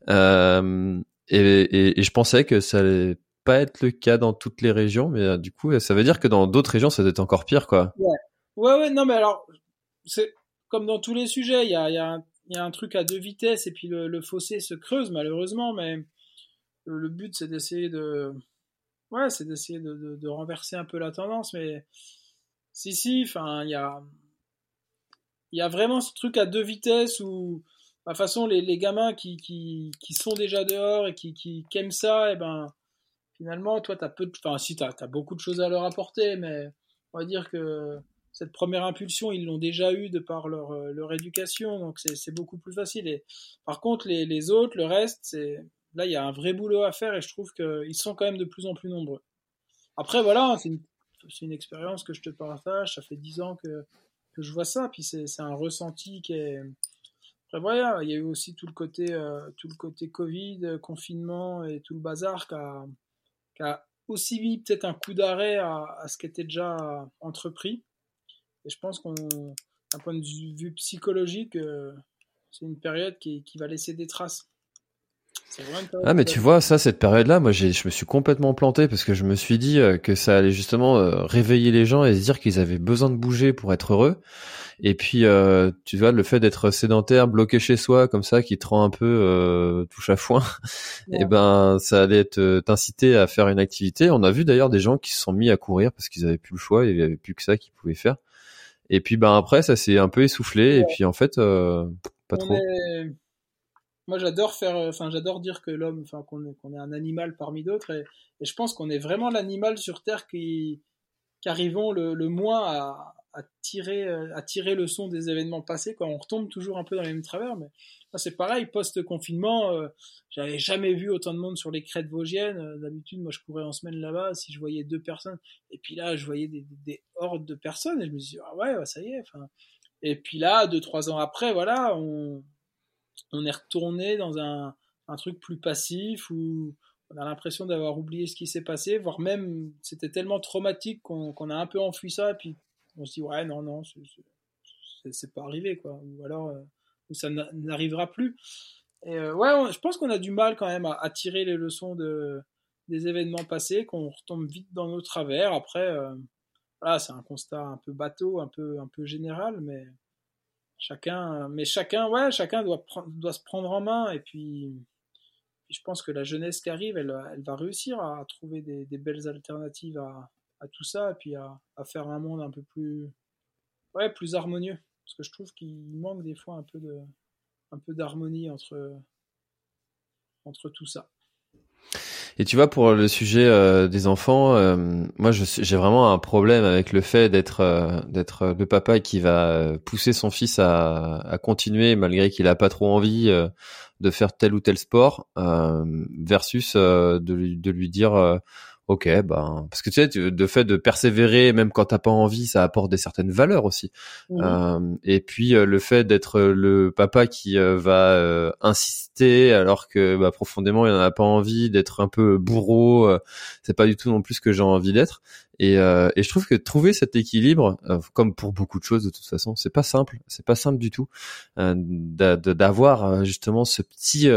et je pensais que ça allait pas être le cas dans toutes les régions, mais du coup ça veut dire que dans d'autres régions ça doit être encore pire, quoi. Ouais, non, mais alors c'est comme dans tous les sujets, il y a un truc à deux vitesses, et puis le fossé se creuse malheureusement, mais le but c'est d'essayer de renverser un peu la tendance. Mais enfin il y a vraiment ce truc à deux vitesses où de toute façon les gamins qui sont déjà dehors et qui aiment ça, et finalement toi t'as beaucoup de choses à leur apporter, mais on va dire que cette première impulsion ils l'ont déjà eu de par leur éducation, donc c'est beaucoup plus facile. Et par contre les autres, le reste, là il y a un vrai boulot à faire, et je trouve qu'ils sont quand même de plus en plus nombreux. Après voilà, c'est une expérience que je te partage, ça fait 10 ans que je vois ça, puis c'est un ressenti qui est. Après voilà, il y a eu aussi tout le côté Covid, confinement et tout le bazar qui a aussi mis peut-être un coup d'arrêt à ce qui était déjà entrepris. Et je pense d'un point de vue psychologique, c'est une période qui va laisser des traces. C'est vraiment une période Ah mais tu vois ça, cette période-là, moi je me suis complètement planté parce que je me suis dit que ça allait justement réveiller les gens et se dire qu'ils avaient besoin de bouger pour être heureux. Et puis tu vois, le fait d'être sédentaire, bloqué chez soi comme ça, qui te rend un peu touche à foin, Ouais. et ben ça allait t'inciter à faire une activité. On a vu d'ailleurs des gens qui se sont mis à courir parce qu'ils avaient plus le choix, il y avait plus que ça qu'ils pouvaient faire. Et puis ben après ça s'est un peu essoufflé et puis en fait pas On trop. est... Moi, j'adore dire que l'homme, qu'on est un animal parmi d'autres, et je pense qu'on est vraiment l'animal sur Terre qui arrivons le moins à tirer le son des événements passés, quand on retombe toujours un peu dans les mêmes travers. Mais moi, c'est pareil, post-confinement, j'avais jamais vu autant de monde sur les crêtes vosgiennes. D'habitude, moi, je courais en semaine là-bas, si je voyais 2 personnes, et puis là, je voyais des hordes de personnes, et je me suis dit, ah ouais, ça y est. Enfin, et puis là, 2-3 ans après, voilà, on est retourné dans un truc plus passif où on a l'impression d'avoir oublié ce qui s'est passé, voire même c'était tellement traumatique qu'on a un peu enfui ça, et puis on se dit ouais, non, c'est pas arrivé, quoi, ou alors ou ça n'arrivera plus. Et ouais, je pense qu'on a du mal quand même à tirer les leçons des événements passés, qu'on retombe vite dans nos travers. Après, voilà, c'est un constat un peu bateau, un peu général, mais chacun doit se prendre en main. Et puis je pense que la jeunesse qui arrive, elle va réussir à trouver des belles alternatives à tout ça, et puis à faire un monde un peu plus harmonieux. Parce que je trouve qu'il manque des fois un peu d'harmonie entre tout ça. Et tu vois, pour le sujet des enfants, moi j'ai vraiment un problème avec le fait d'être le papa qui va pousser son fils à continuer malgré qu'il a pas trop envie de faire tel ou tel sport, versus de lui dire ok, ben parce que tu sais, de fait de persévérer même quand t'as pas envie, ça apporte des certaines valeurs aussi. Et puis le fait d'être le papa qui va insister alors que bah, profondément il en a pas envie, d'être un peu bourreau, c'est pas du tout non plus ce que j'ai envie d'être. Et je trouve que trouver cet équilibre, comme pour beaucoup de choses de toute façon, c'est pas simple du tout, d'avoir justement ce petit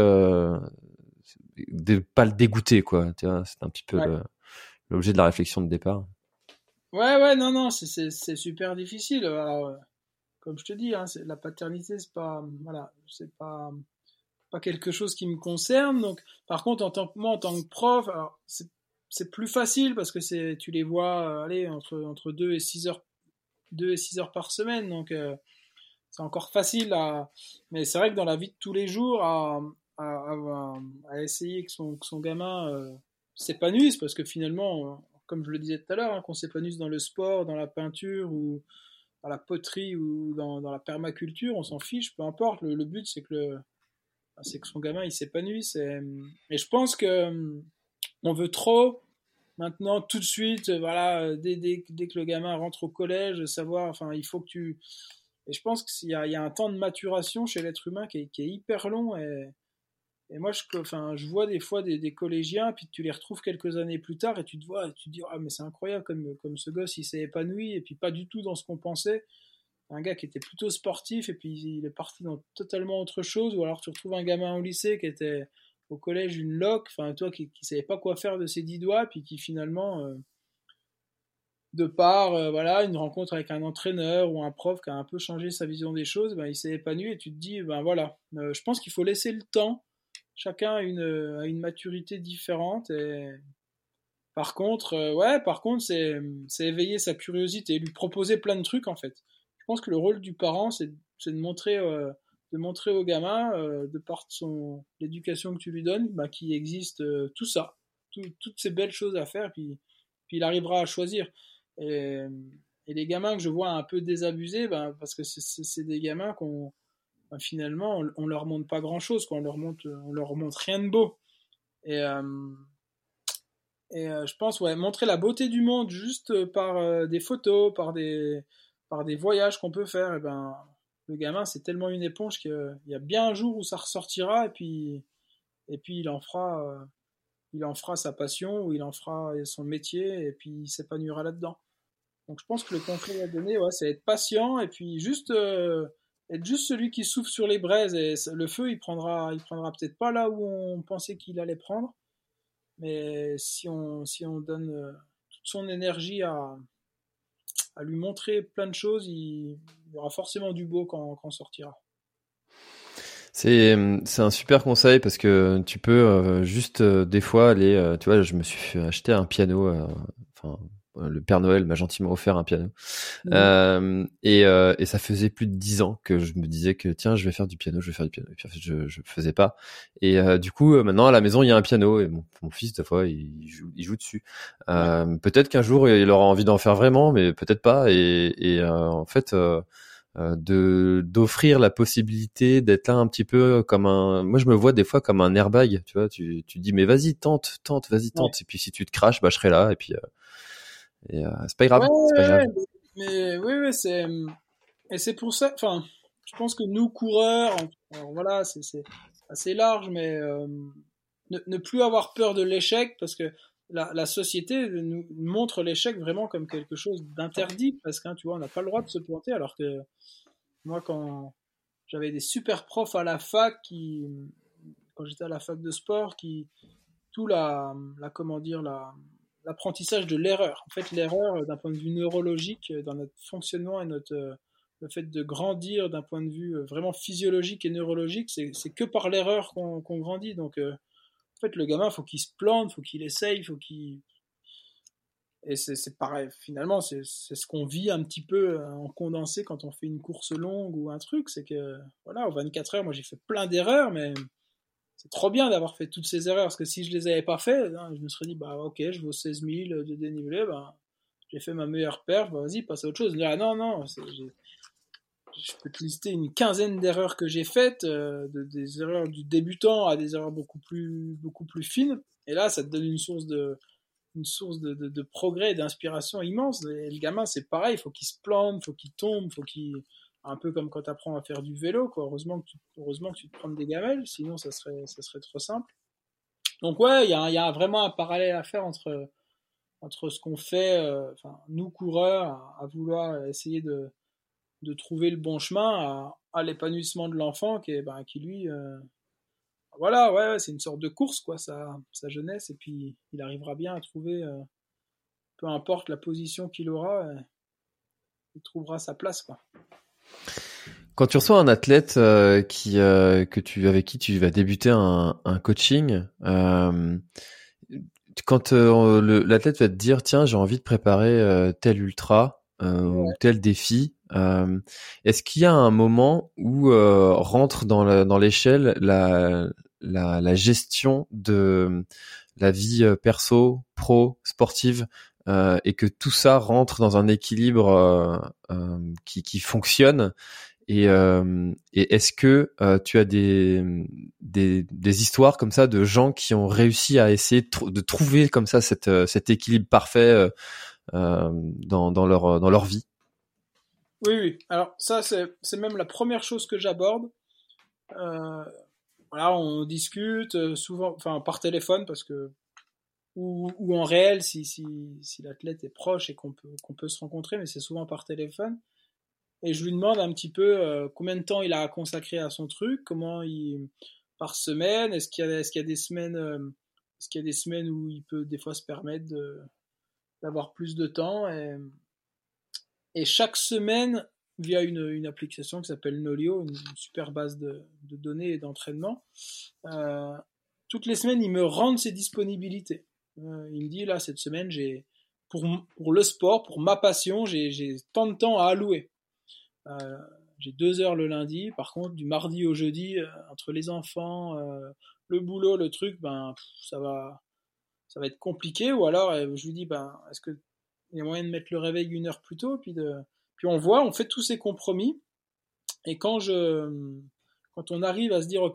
de pas le dégoûter, quoi. Tu vois, c'est un petit peu l'objet de la réflexion de départ. Ouais, non, c'est super difficile. Alors, comme je te dis, hein, la paternité, c'est pas quelque chose qui me concerne. Donc, par contre, en tant que prof, alors, c'est plus facile parce que tu les vois, aller entre 2 et 6 heures par semaine. Donc, c'est encore facile mais c'est vrai que dans la vie de tous les jours, à essayer que son gamin s'épanouisse, parce que finalement, comme je le disais tout à l'heure, hein, qu'on s'épanouisse dans le sport, dans la peinture, ou dans la poterie, ou dans la permaculture, on s'en fiche, peu importe. Le but, c'est que son gamin il s'épanouisse. Et je pense que on veut trop maintenant, tout de suite, voilà, dès que le gamin rentre au collège, savoir, enfin, il faut que tu. Et je pense qu'il y a un temps de maturation chez l'être humain qui est hyper long. Et moi, je vois des fois des collégiens, puis tu les retrouves quelques années plus tard, et tu te dis, ah, mais c'est incroyable comme ce gosse, il s'est épanoui, et puis pas du tout dans ce qu'on pensait. Un gars qui était plutôt sportif, et puis il est parti dans totalement autre chose. Ou alors tu retrouves un gamin au lycée qui était au collège une loque, enfin, toi, qui savait pas quoi faire de ses 10 doigts, puis qui finalement, de par voilà, une rencontre avec un entraîneur ou un prof qui a un peu changé sa vision des choses, ben, il s'est épanoui, et tu te dis, ben voilà, je pense qu'il faut laisser le temps. Chacun a une maturité différente. Et par contre, c'est éveiller sa curiosité, lui proposer plein de trucs, en fait. Je pense que le rôle du parent, c'est de montrer au gamin, de par l'éducation que tu lui donnes, bah, qu'il existe tout ça, toutes ces belles choses à faire, puis il arrivera à choisir. Et, et les gamins que je vois un peu désabusés, bah, parce que c'est des gamins bah, finalement, on leur montre pas grand-chose, quoi. On leur montre rien de beau. Et, je pense, ouais, montrer la beauté du monde juste par des photos, par des voyages qu'on peut faire, et ben, le gamin, c'est tellement une éponge qu'il y a bien un jour où ça ressortira, et puis il en fera il en fera sa passion ou il en fera son métier et puis il s'épanouira là-dedans. Donc je pense que le conseil à donner, ouais, c'est être patient et puis juste être juste celui qui souffle sur les braises et le feu il prendra peut-être pas là où on pensait qu'il allait prendre, mais si on donne toute son énergie à lui montrer plein de choses, il y aura forcément du beau quand sortira. C'est un super conseil parce que tu peux juste des fois aller tu vois, je me suis acheté un piano le Père Noël m'a gentiment offert un piano. Et ça faisait plus de 10 ans que je me disais que tiens, je vais faire du piano. Et puis en fait, je faisais pas. Et du coup, maintenant à la maison, il y a un piano et mon fils des fois, il joue dessus. Peut-être qu'un jour il aura envie d'en faire vraiment, mais peut-être pas. En fait, d'offrir la possibilité d'être là un petit peu comme moi je me vois des fois comme un airbag, tu vois, tu dis mais vas-y tente, vas-y tente, et puis si tu te craches, bah je serai là, et puis c'est pas grave, c'est pas grave. Mais oui, c'est pour ça, enfin, je pense que nous coureurs, alors voilà, c'est assez large, mais ne plus avoir peur de l'échec, parce que la société nous montre l'échec vraiment comme quelque chose d'interdit, parce que tu vois, on n'a pas le droit de se planter, alors que moi, quand j'avais des super profs à la fac quand j'étais à la fac de sport, tout comment dire, l'apprentissage de l'erreur. En fait, l'erreur, d'un point de vue neurologique, dans notre fonctionnement et le fait de grandir d'un point de vue vraiment physiologique et neurologique, c'est que par l'erreur qu'on grandit. Donc, en fait, le gamin, faut qu'il se plante, faut qu'il essaye, et c'est pareil, finalement, c'est ce qu'on vit un petit peu en condensé quand on fait une course longue ou un truc, c'est que, voilà, aux 24 heures, moi j'ai fait plein d'erreurs, mais c'est trop bien d'avoir fait toutes ces erreurs, parce que si je les avais pas fait, je me serais dit, bah ok, je vaux 16 000 de dénivelé, bah, j'ai fait ma meilleure perf, bah, vas-y, passe à autre chose. Ah non, je peux te lister une quinzaine d'erreurs que j'ai faites, des erreurs du débutant à des erreurs beaucoup plus fines, et là, ça te donne une source de progrès et d'inspiration immense. Et le gamin, c'est pareil, il faut qu'il se plante, faut qu'il tombe, un peu comme quand tu apprends à faire du vélo, quoi. Heureusement que tu te prends des gamelles, sinon ça serait trop simple. Donc ouais, il y a vraiment un parallèle à faire entre ce qu'on fait, nous coureurs, à vouloir essayer de trouver le bon chemin, à l'épanouissement de l'enfant qui lui, voilà, ouais, c'est une sorte de course, quoi, sa jeunesse, et puis il arrivera bien à trouver, peu importe la position qu'il aura, il trouvera sa place, quoi. Quand tu reçois un athlète avec qui tu vas débuter un coaching, quand l'athlète va te dire tiens, j'ai envie de préparer tel ultra ou tel défi, est-ce qu'il y a un moment où rentre dans l'échelle la gestion de la vie perso, pro, sportive, et que tout ça rentre dans un équilibre qui fonctionne? Et est-ce que tu as des histoires comme ça de gens qui ont réussi à essayer de trouver comme ça cet équilibre parfait dans leur vie? Oui. Alors ça, c'est même la première chose que j'aborde. Voilà, on discute souvent, enfin par téléphone, parce que ou en réel si l'athlète est proche et qu'on peut se rencontrer, mais c'est souvent par téléphone. Et je lui demande un petit peu combien de temps il a consacré à son truc, par semaine, est-ce qu'il y a des semaines où il peut des fois se permettre d'avoir plus de temps, et chaque semaine, via une application qui s'appelle Nolio, une super base de données et d'entraînement, toutes les semaines il me rend ses disponibilités. Il me dit là, cette semaine, pour le sport, pour ma passion, j'ai tant de temps à allouer. J'ai 2 heures le lundi, par contre du mardi au jeudi, entre les enfants, le boulot, le truc, ça va être compliqué. Ou alors je lui dis est-ce que il y a moyen de mettre le réveil 1 heure plus tôt, puis on fait tous ces compromis, et quand on arrive à se dire ok,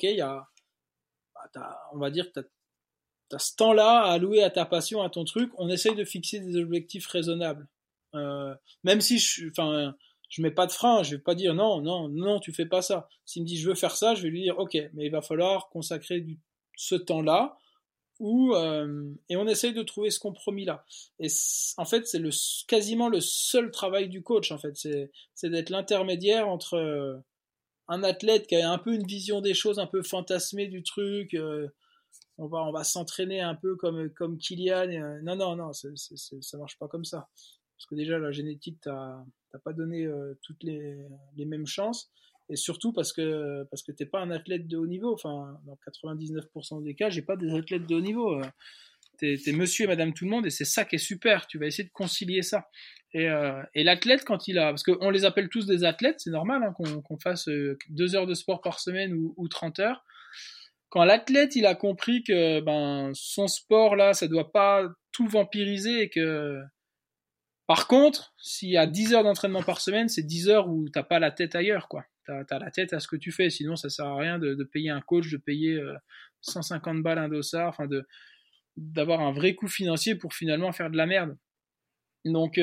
on va dire que t'as ce temps-là à allouer à ta passion, à ton truc, on essaye de fixer des objectifs raisonnables, même si je mets pas de frein, je vais pas dire non, tu fais pas ça. S'il me dit je veux faire ça, je vais lui dire ok, mais il va falloir consacrer ce temps-là. et on essaye de trouver ce compromis-là. Et en fait, c'est quasiment le seul travail du coach, en fait. C'est d'être l'intermédiaire entre un athlète qui a un peu une vision des choses, un peu fantasmée du truc. On va s'entraîner un peu comme Kylian. Non, ça marche pas comme ça. Parce que déjà, la génétique t'as pas donné toutes les mêmes chances. Et surtout parce que t'es pas un athlète de haut niveau. Enfin, dans 99% des cas, j'ai pas des athlètes de haut niveau. T'es monsieur et madame tout le monde, et c'est ça qui est super. Tu vas essayer de concilier ça. Et l'athlète, quand il a, parce qu'on les appelle tous des athlètes, c'est normal hein, qu'on fasse 2 heures de sport par semaine ou 30 heures. Quand l'athlète il a compris que son sport là, ça doit pas tout vampiriser, et que par contre, s'il y a 10 heures d'entraînement par semaine, c'est 10 heures où t'as pas la tête ailleurs, quoi. T'as la tête à ce que tu fais, sinon ça sert à rien de payer un coach, de payer 150 balles un dossard, enfin d'avoir un vrai coût financier pour finalement faire de la merde. Donc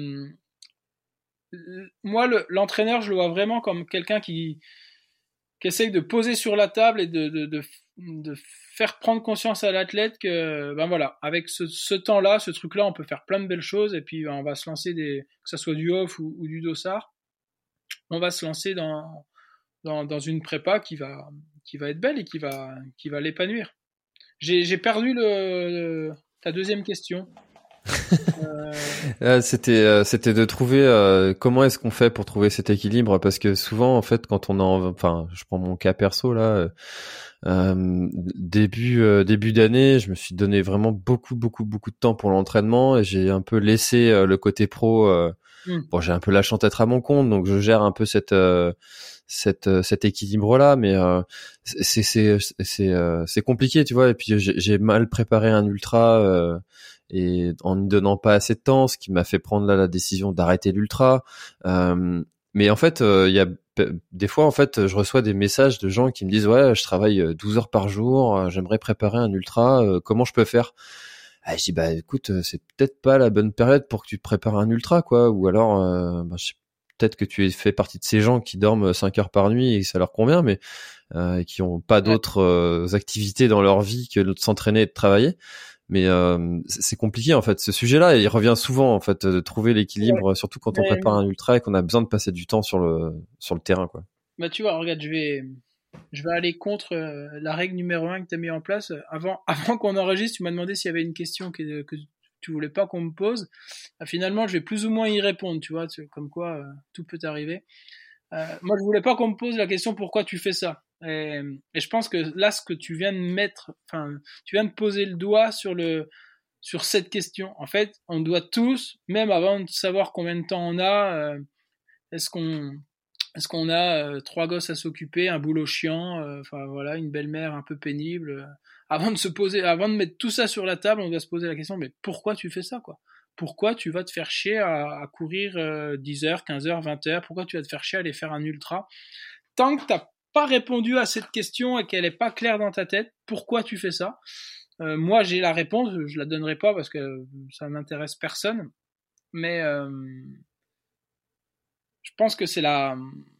moi l'entraîneur, je le vois vraiment comme quelqu'un qui essaye de poser sur la table et de faire prendre conscience à l'athlète que voilà, avec ce temps-là, ce truc-là, on peut faire plein de belles choses, et puis on va se lancer que ça soit du off ou du dossard, on va se lancer dans une prépa qui va être belle et qui va l'épanouir. J'ai perdu ta deuxième question. C'était de trouver comment est-ce qu'on fait pour trouver cet équilibre, parce que souvent en fait quand je prends mon cas perso là, début d'année, je me suis donné vraiment beaucoup de temps pour l'entraînement, et j'ai un peu laissé le côté pro. Bon, j'ai un peu lâché en tête à mon compte, donc je gère un peu cet équilibre là, mais c'est compliqué, tu vois. Et puis j'ai mal préparé un ultra, et en ne donnant pas assez de temps, ce qui m'a fait prendre là la décision d'arrêter l'ultra. Mais en fait, il y a des fois, en fait, je reçois des messages de gens qui me disent ouais, je travaille 12 heures par jour, j'aimerais préparer un ultra, comment je peux faire? Je dis écoute, c'est peut-être pas la bonne période pour que tu te prépares un ultra, quoi. Ou alors peut-être que tu fais partie de ces gens qui dorment 5 heures par nuit et que ça leur convient, mais qui ont pas d'autres activités dans leur vie que de s'entraîner et de travailler. Mais c'est compliqué en fait, ce sujet-là, et il revient souvent en fait, de trouver l'équilibre, surtout quand on prépare un ultra et qu'on a besoin de passer du temps sur le terrain, quoi. Tu vois, regarde, je vais aller contre la règle numéro 1 que tu as mis en place. Avant qu'on enregistre, tu m'as demandé s'il y avait une question que tu voulais pas qu'on me pose. Finalement, je vais plus ou moins y répondre, tu vois, comme quoi tout peut arriver. Moi, je voulais pas qu'on me pose la question pourquoi tu fais ça. Et je pense que là, ce que tu viens de poser le doigt sur cette question. En fait, on doit tous, même avant de savoir combien de temps on a, est-ce qu'on a 3 gosses à s'occuper, un boulot chiant, voilà, une belle-mère un peu pénible. Avant de mettre tout ça sur la table, on doit se poser la question, mais pourquoi tu fais ça, quoi? Pourquoi tu vas te faire chier à courir 10 heures, 15 heures, 20 heures? Pourquoi tu vas te faire chier à aller faire un ultra? Tant que t'as pas répondu à cette question et qu'elle est pas claire dans ta tête, pourquoi tu fais ça? Moi, j'ai la réponse, je la donnerai pas parce que ça n'intéresse personne, mais je pense que c'est la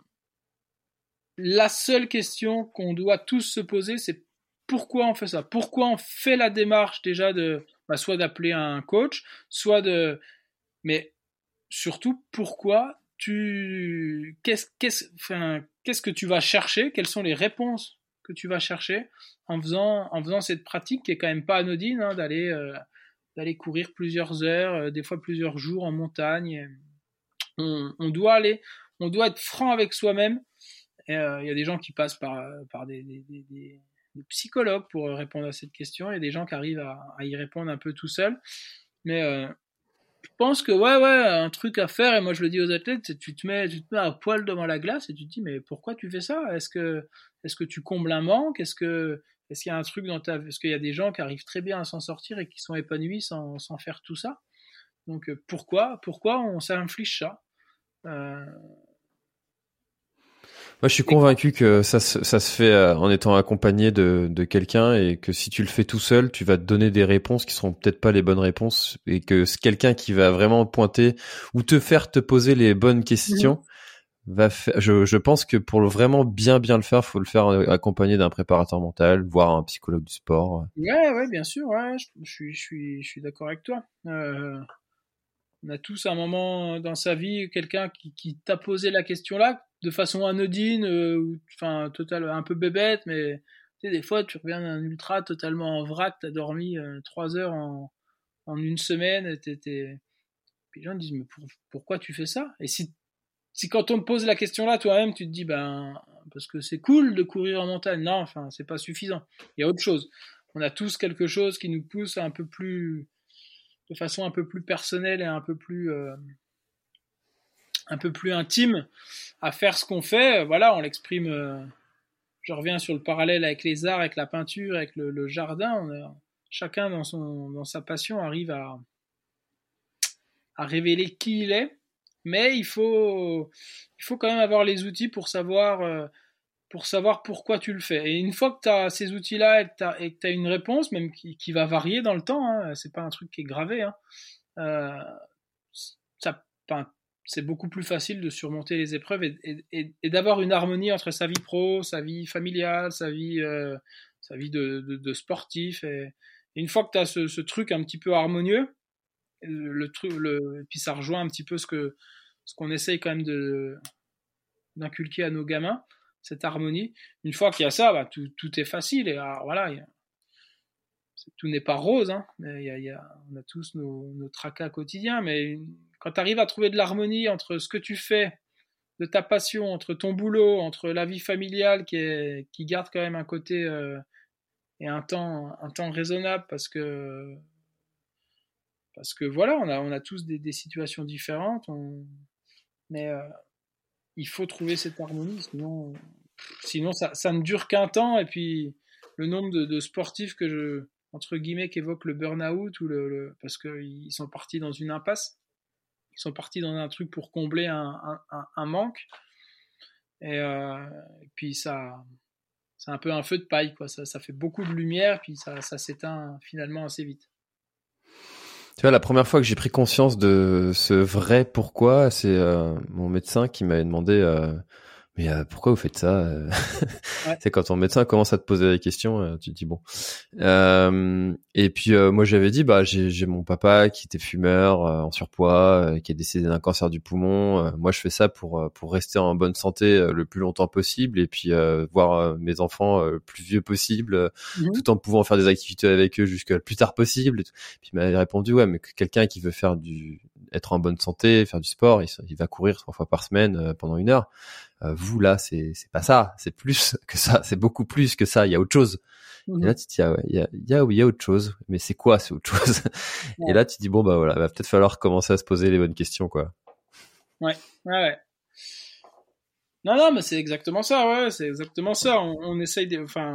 seule question qu'on doit tous se poser, c'est pourquoi on fait ça? Pourquoi on fait la démarche déjà soit d'appeler un coach, mais surtout pourquoi qu'est-ce que tu vas chercher? Quelles sont les réponses que tu vas chercher en faisant cette pratique qui est quand même pas anodine, hein, d'aller courir plusieurs heures, des fois plusieurs jours en montagne. On doit être franc avec soi-même. Il y a des gens qui passent par des psychologues pour répondre à cette question. Il y a des gens qui arrivent à y répondre un peu tout seul. Mais je pense que un truc à faire, et moi je le dis aux athlètes, c'est tu te mets à poil devant la glace et tu te dis mais pourquoi tu fais ça? Est-ce que tu combles un manque? Est-ce qu'il y a un truc est-ce qu'il y a des gens qui arrivent très bien à s'en sortir et qui sont épanouis sans faire tout ça? Donc pourquoi on s'inflige ça? Moi, je suis convaincu que ça se fait en étant accompagné de quelqu'un, et que si tu le fais tout seul, tu vas te donner des réponses qui seront peut-être pas les bonnes réponses, et que c'est quelqu'un qui va vraiment pointer ou te faire te poser les bonnes questions Je pense que pour vraiment bien le faire, faut le faire accompagné d'un préparateur mental, voire un psychologue du sport. Ouais, bien sûr, ouais, je suis d'accord avec toi. On a tous un moment dans sa vie quelqu'un qui t'a posé la question là de façon anodine, enfin total un peu bébête, mais tu sais, des fois tu reviens d'un ultra totalement en vrac, t'as dormi 3 heures en une semaine, et puis les gens disent mais pourquoi tu fais ça? Et si quand on te pose la question là, toi-même tu te dis ben parce que c'est cool de courir en montagne, non, enfin c'est pas suffisant. Il y a autre chose. On a tous quelque chose qui nous pousse un peu plus de façon un peu plus personnelle et un peu plus intime à faire ce qu'on fait. Voilà, on l'exprime. Je reviens sur le parallèle avec les arts, avec la peinture, avec le jardin. Chacun dans sa passion arrive à révéler qui il est, mais il faut quand même avoir les outils pour savoir pourquoi tu le fais. Et une fois que tu as ces outils-là et que tu as une réponse, même qui va varier dans le temps, hein, c'est pas un truc qui est gravé, hein, c'est beaucoup plus facile de surmonter les épreuves et d'avoir une harmonie entre sa vie pro, sa vie familiale, sa vie de sportif. Et une fois que tu as ce truc un petit peu harmonieux, puis ça rejoint un petit peu ce qu'on essaye quand même d'inculquer à nos gamins, cette harmonie. Une fois qu'il y a ça, bah, tout est facile. Et alors, voilà, tout n'est pas rose, hein, mais on a tous nos tracas quotidiens. Mais quand tu arrives à trouver de l'harmonie entre ce que tu fais, de ta passion, entre ton boulot, entre la vie familiale qui garde quand même un côté et un temps raisonnable, parce que voilà, on a tous des situations différentes, mais il faut trouver cette harmonie, sinon ça ne dure qu'un temps. Et puis le nombre de sportifs entre guillemets, qu'évoque le burn-out parce qu'ils sont partis dans une impasse, ils sont partis dans un truc pour combler un manque, et puis ça, c'est un peu un feu de paille, quoi. Ça fait beaucoup de lumière, puis ça s'éteint finalement assez vite. Tu vois, la première fois que j'ai pris conscience de ce vrai pourquoi, c'est mon médecin qui m'avait demandé mais pourquoi vous faites ça Ouais. C'est quand ton médecin commence à te poser des questions, tu te dis bon. Et puis moi j'avais dit bah j'ai mon papa qui était fumeur, en surpoids, qui est décédé d'un cancer du poumon. Moi je fais ça pour rester en bonne santé le plus longtemps possible, et puis voir mes enfants le plus vieux possible, tout en pouvant faire des activités avec eux jusqu'à le plus tard possible. Et tout. Puis il m'avait répondu ouais, mais quelqu'un qui veut être en bonne santé, faire du sport, il va courir 3 fois par semaine pendant 1 heure. Vous là, c'est pas ça, c'est plus que ça, c'est beaucoup plus que ça. Il y a autre chose. Et là tu te dis ah ouais, il y a autre chose, mais c'est quoi c'est autre chose? Ouais. Et là tu te dis bon bah voilà, va peut-être falloir commencer à se poser les bonnes questions, quoi. Ouais. Non, mais c'est exactement ça, ouais, c'est exactement ça. On essaye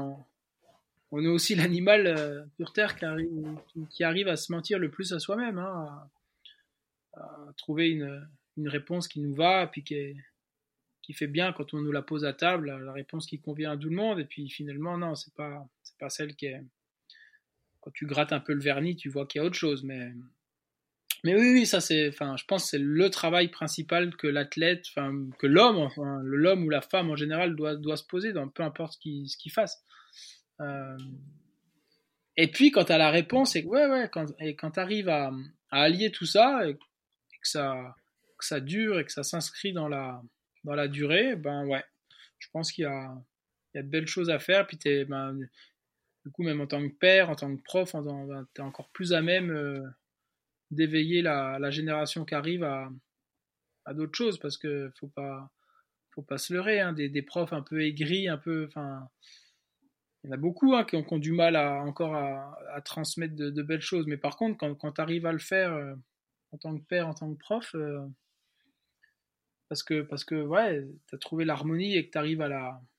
on est aussi l'animal sur Terre qui arrive à se mentir le plus à soi-même, hein, à trouver une réponse qui nous va, puis qui fait bien quand on nous la pose à table, la réponse qui convient à tout le monde. Et puis finalement, non, c'est pas celle qui est... Quand tu grattes un peu le vernis, tu vois qu'il y a autre chose. Mais oui, ça c'est... je pense que c'est le travail principal que l'athlète, que l'homme, l'homme ou la femme en général doit se poser, peu importe ce qu'il fasse. Et puis quand tu as la réponse, et quand tu arrives à allier tout ça, et que ça dure et que ça s'inscrit dans la durée, ben ouais, je pense qu'il y a de belles choses à faire. Puis du coup, même en tant que père, en tant que prof, t'es encore plus à même d'éveiller la génération qui arrive à d'autres choses, parce que faut pas se leurrer, hein, des profs un peu aigris, il y en a beaucoup, hein, qui ont du mal à transmettre de belles choses. Mais par contre, quand tu arrives à le faire en tant que père, en tant que prof, parce que ouais, tu as trouvé l'harmonie et que tu arrives à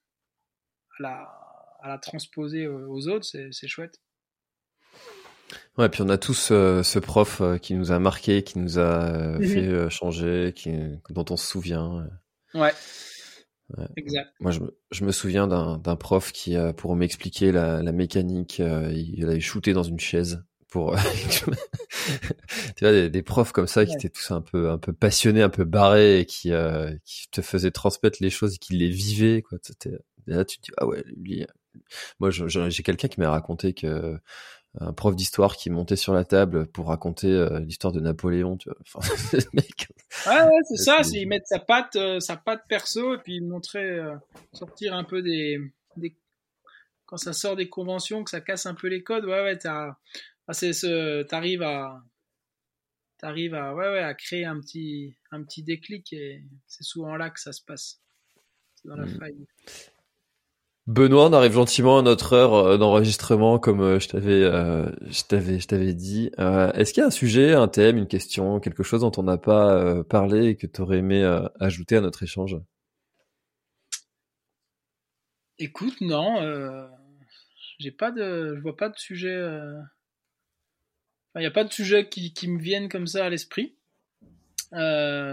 la transposer aux autres, c'est chouette. Ouais, puis on a tous ce prof qui nous a marqué, qui nous a fait changer, dont on se souvient. Ouais. Exact. Moi, je me souviens d'un prof qui, pour m'expliquer la mécanique, il avait shooté dans une chaise pour tu vois des profs comme ça qui étaient tous un peu passionnés, un peu barrés et qui te faisaient transmettre les choses et qui les vivaient quoi. Et là tu te dis ah ouais lui. Moi j'ai quelqu'un qui m'a raconté que un prof d'histoire qui montait sur la table pour raconter l'histoire de Napoléon, tu vois. Enfin, le mec. Ouais, c'est ça, c'est ils mettent sa patte perso et puis ils montraient sortir un peu des quand ça sort des conventions, que ça casse un peu les codes. Ouais, t'arrives à créer un petit déclic et c'est souvent là que ça se passe. C'est dans la faille. Benoît, on arrive gentiment à notre heure d'enregistrement, comme je t'avais dit. Est-ce qu'il y a un sujet, un thème, une question, quelque chose dont on n'a pas parlé et que tu aurais aimé ajouter à notre échange ? Écoute, non, je vois pas de sujet. Il n'y a pas de sujet qui me viennent comme ça à l'esprit. Je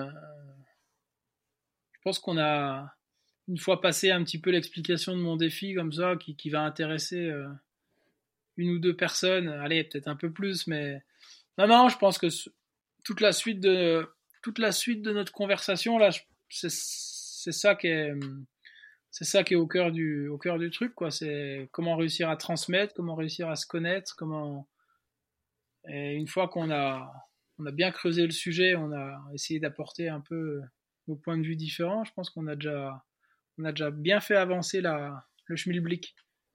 pense qu'on a une fois passé un petit peu l'explication de mon défi comme ça, qui va intéresser une ou deux personnes, allez peut-être un peu plus, mais non, je pense que toute la suite de notre conversation là, c'est ça qui est au cœur du truc quoi. C'est comment réussir à transmettre, comment réussir à se connaître, et une fois qu'on a bien creusé le sujet, on a essayé d'apporter un peu nos points de vue différents. Je pense qu'on a déjà bien fait avancer le schmilblick.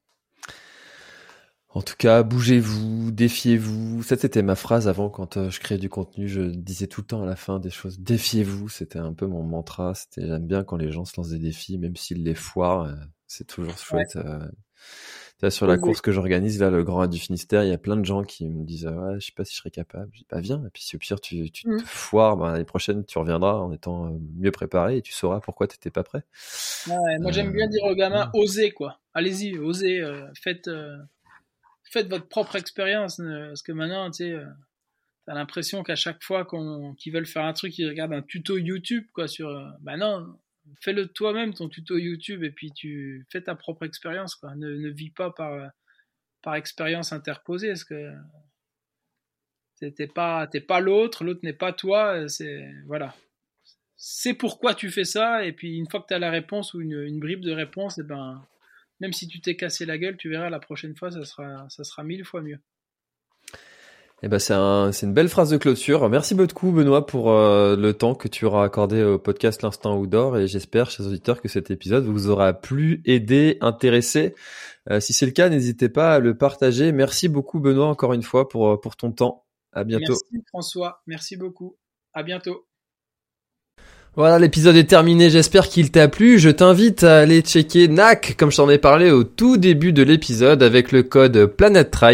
En tout cas, bougez-vous, défiez-vous. Ça, c'était ma phrase avant quand je créais du contenu. Je disais tout le temps à la fin des choses. Défiez-vous, c'était un peu mon mantra. J'aime bien quand les gens se lancent des défis, même s'ils les foirent. C'est toujours chouette. Ouais. Sur la course que j'organise, là, le Grand Raid du Finistère, il y a plein de gens qui me disent ouais, je sais pas si je serais capable. Je dis viens. Et puis si au pire tu te foires, l'année prochaine tu reviendras en étant mieux préparé et tu sauras pourquoi t'étais pas prêt. Ouais, moi j'aime bien dire aux gamins osez quoi. Allez-y, osez, faites votre propre expérience parce que maintenant tu sais t'as l'impression qu'à chaque fois qu'ils veulent faire un truc, ils regardent un tuto YouTube quoi sur non. Fais-le toi-même ton tuto YouTube et puis tu fais ta propre expérience quoi. Ne vis pas par expérience interposée parce que t'es pas l'autre n'est pas toi, c'est pourquoi tu fais ça et puis une fois que tu as la réponse ou une bribe de réponse et même si tu t'es cassé la gueule, tu verras la prochaine fois ça sera 1000 fois mieux. Eh ben c'est une belle phrase de clôture. Merci beaucoup Benoît pour le temps que tu auras accordé au podcast L'Instant Outdoor et j'espère, chers auditeurs, que cet épisode vous aura plu, aidé, intéressé. Si c'est le cas, n'hésitez pas à le partager. Merci beaucoup Benoît encore une fois pour ton temps. À bientôt. Merci François, merci beaucoup. À bientôt. Voilà, l'épisode est terminé, j'espère qu'il t'a plu. Je t'invite à aller checker NAC, comme je t'en ai parlé au tout début de l'épisode, avec le code PLANETTRAIL,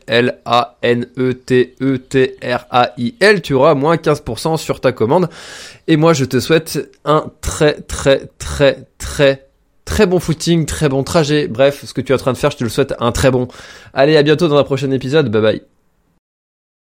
PLANETETRAIL. Tu auras moins 15% sur ta commande. Et moi, je te souhaite un très, très, très, très, très bon footing, très bon trajet. Bref, ce que tu es en train de faire, je te le souhaite un très bon. Allez, à bientôt dans un prochain épisode. Bye bye.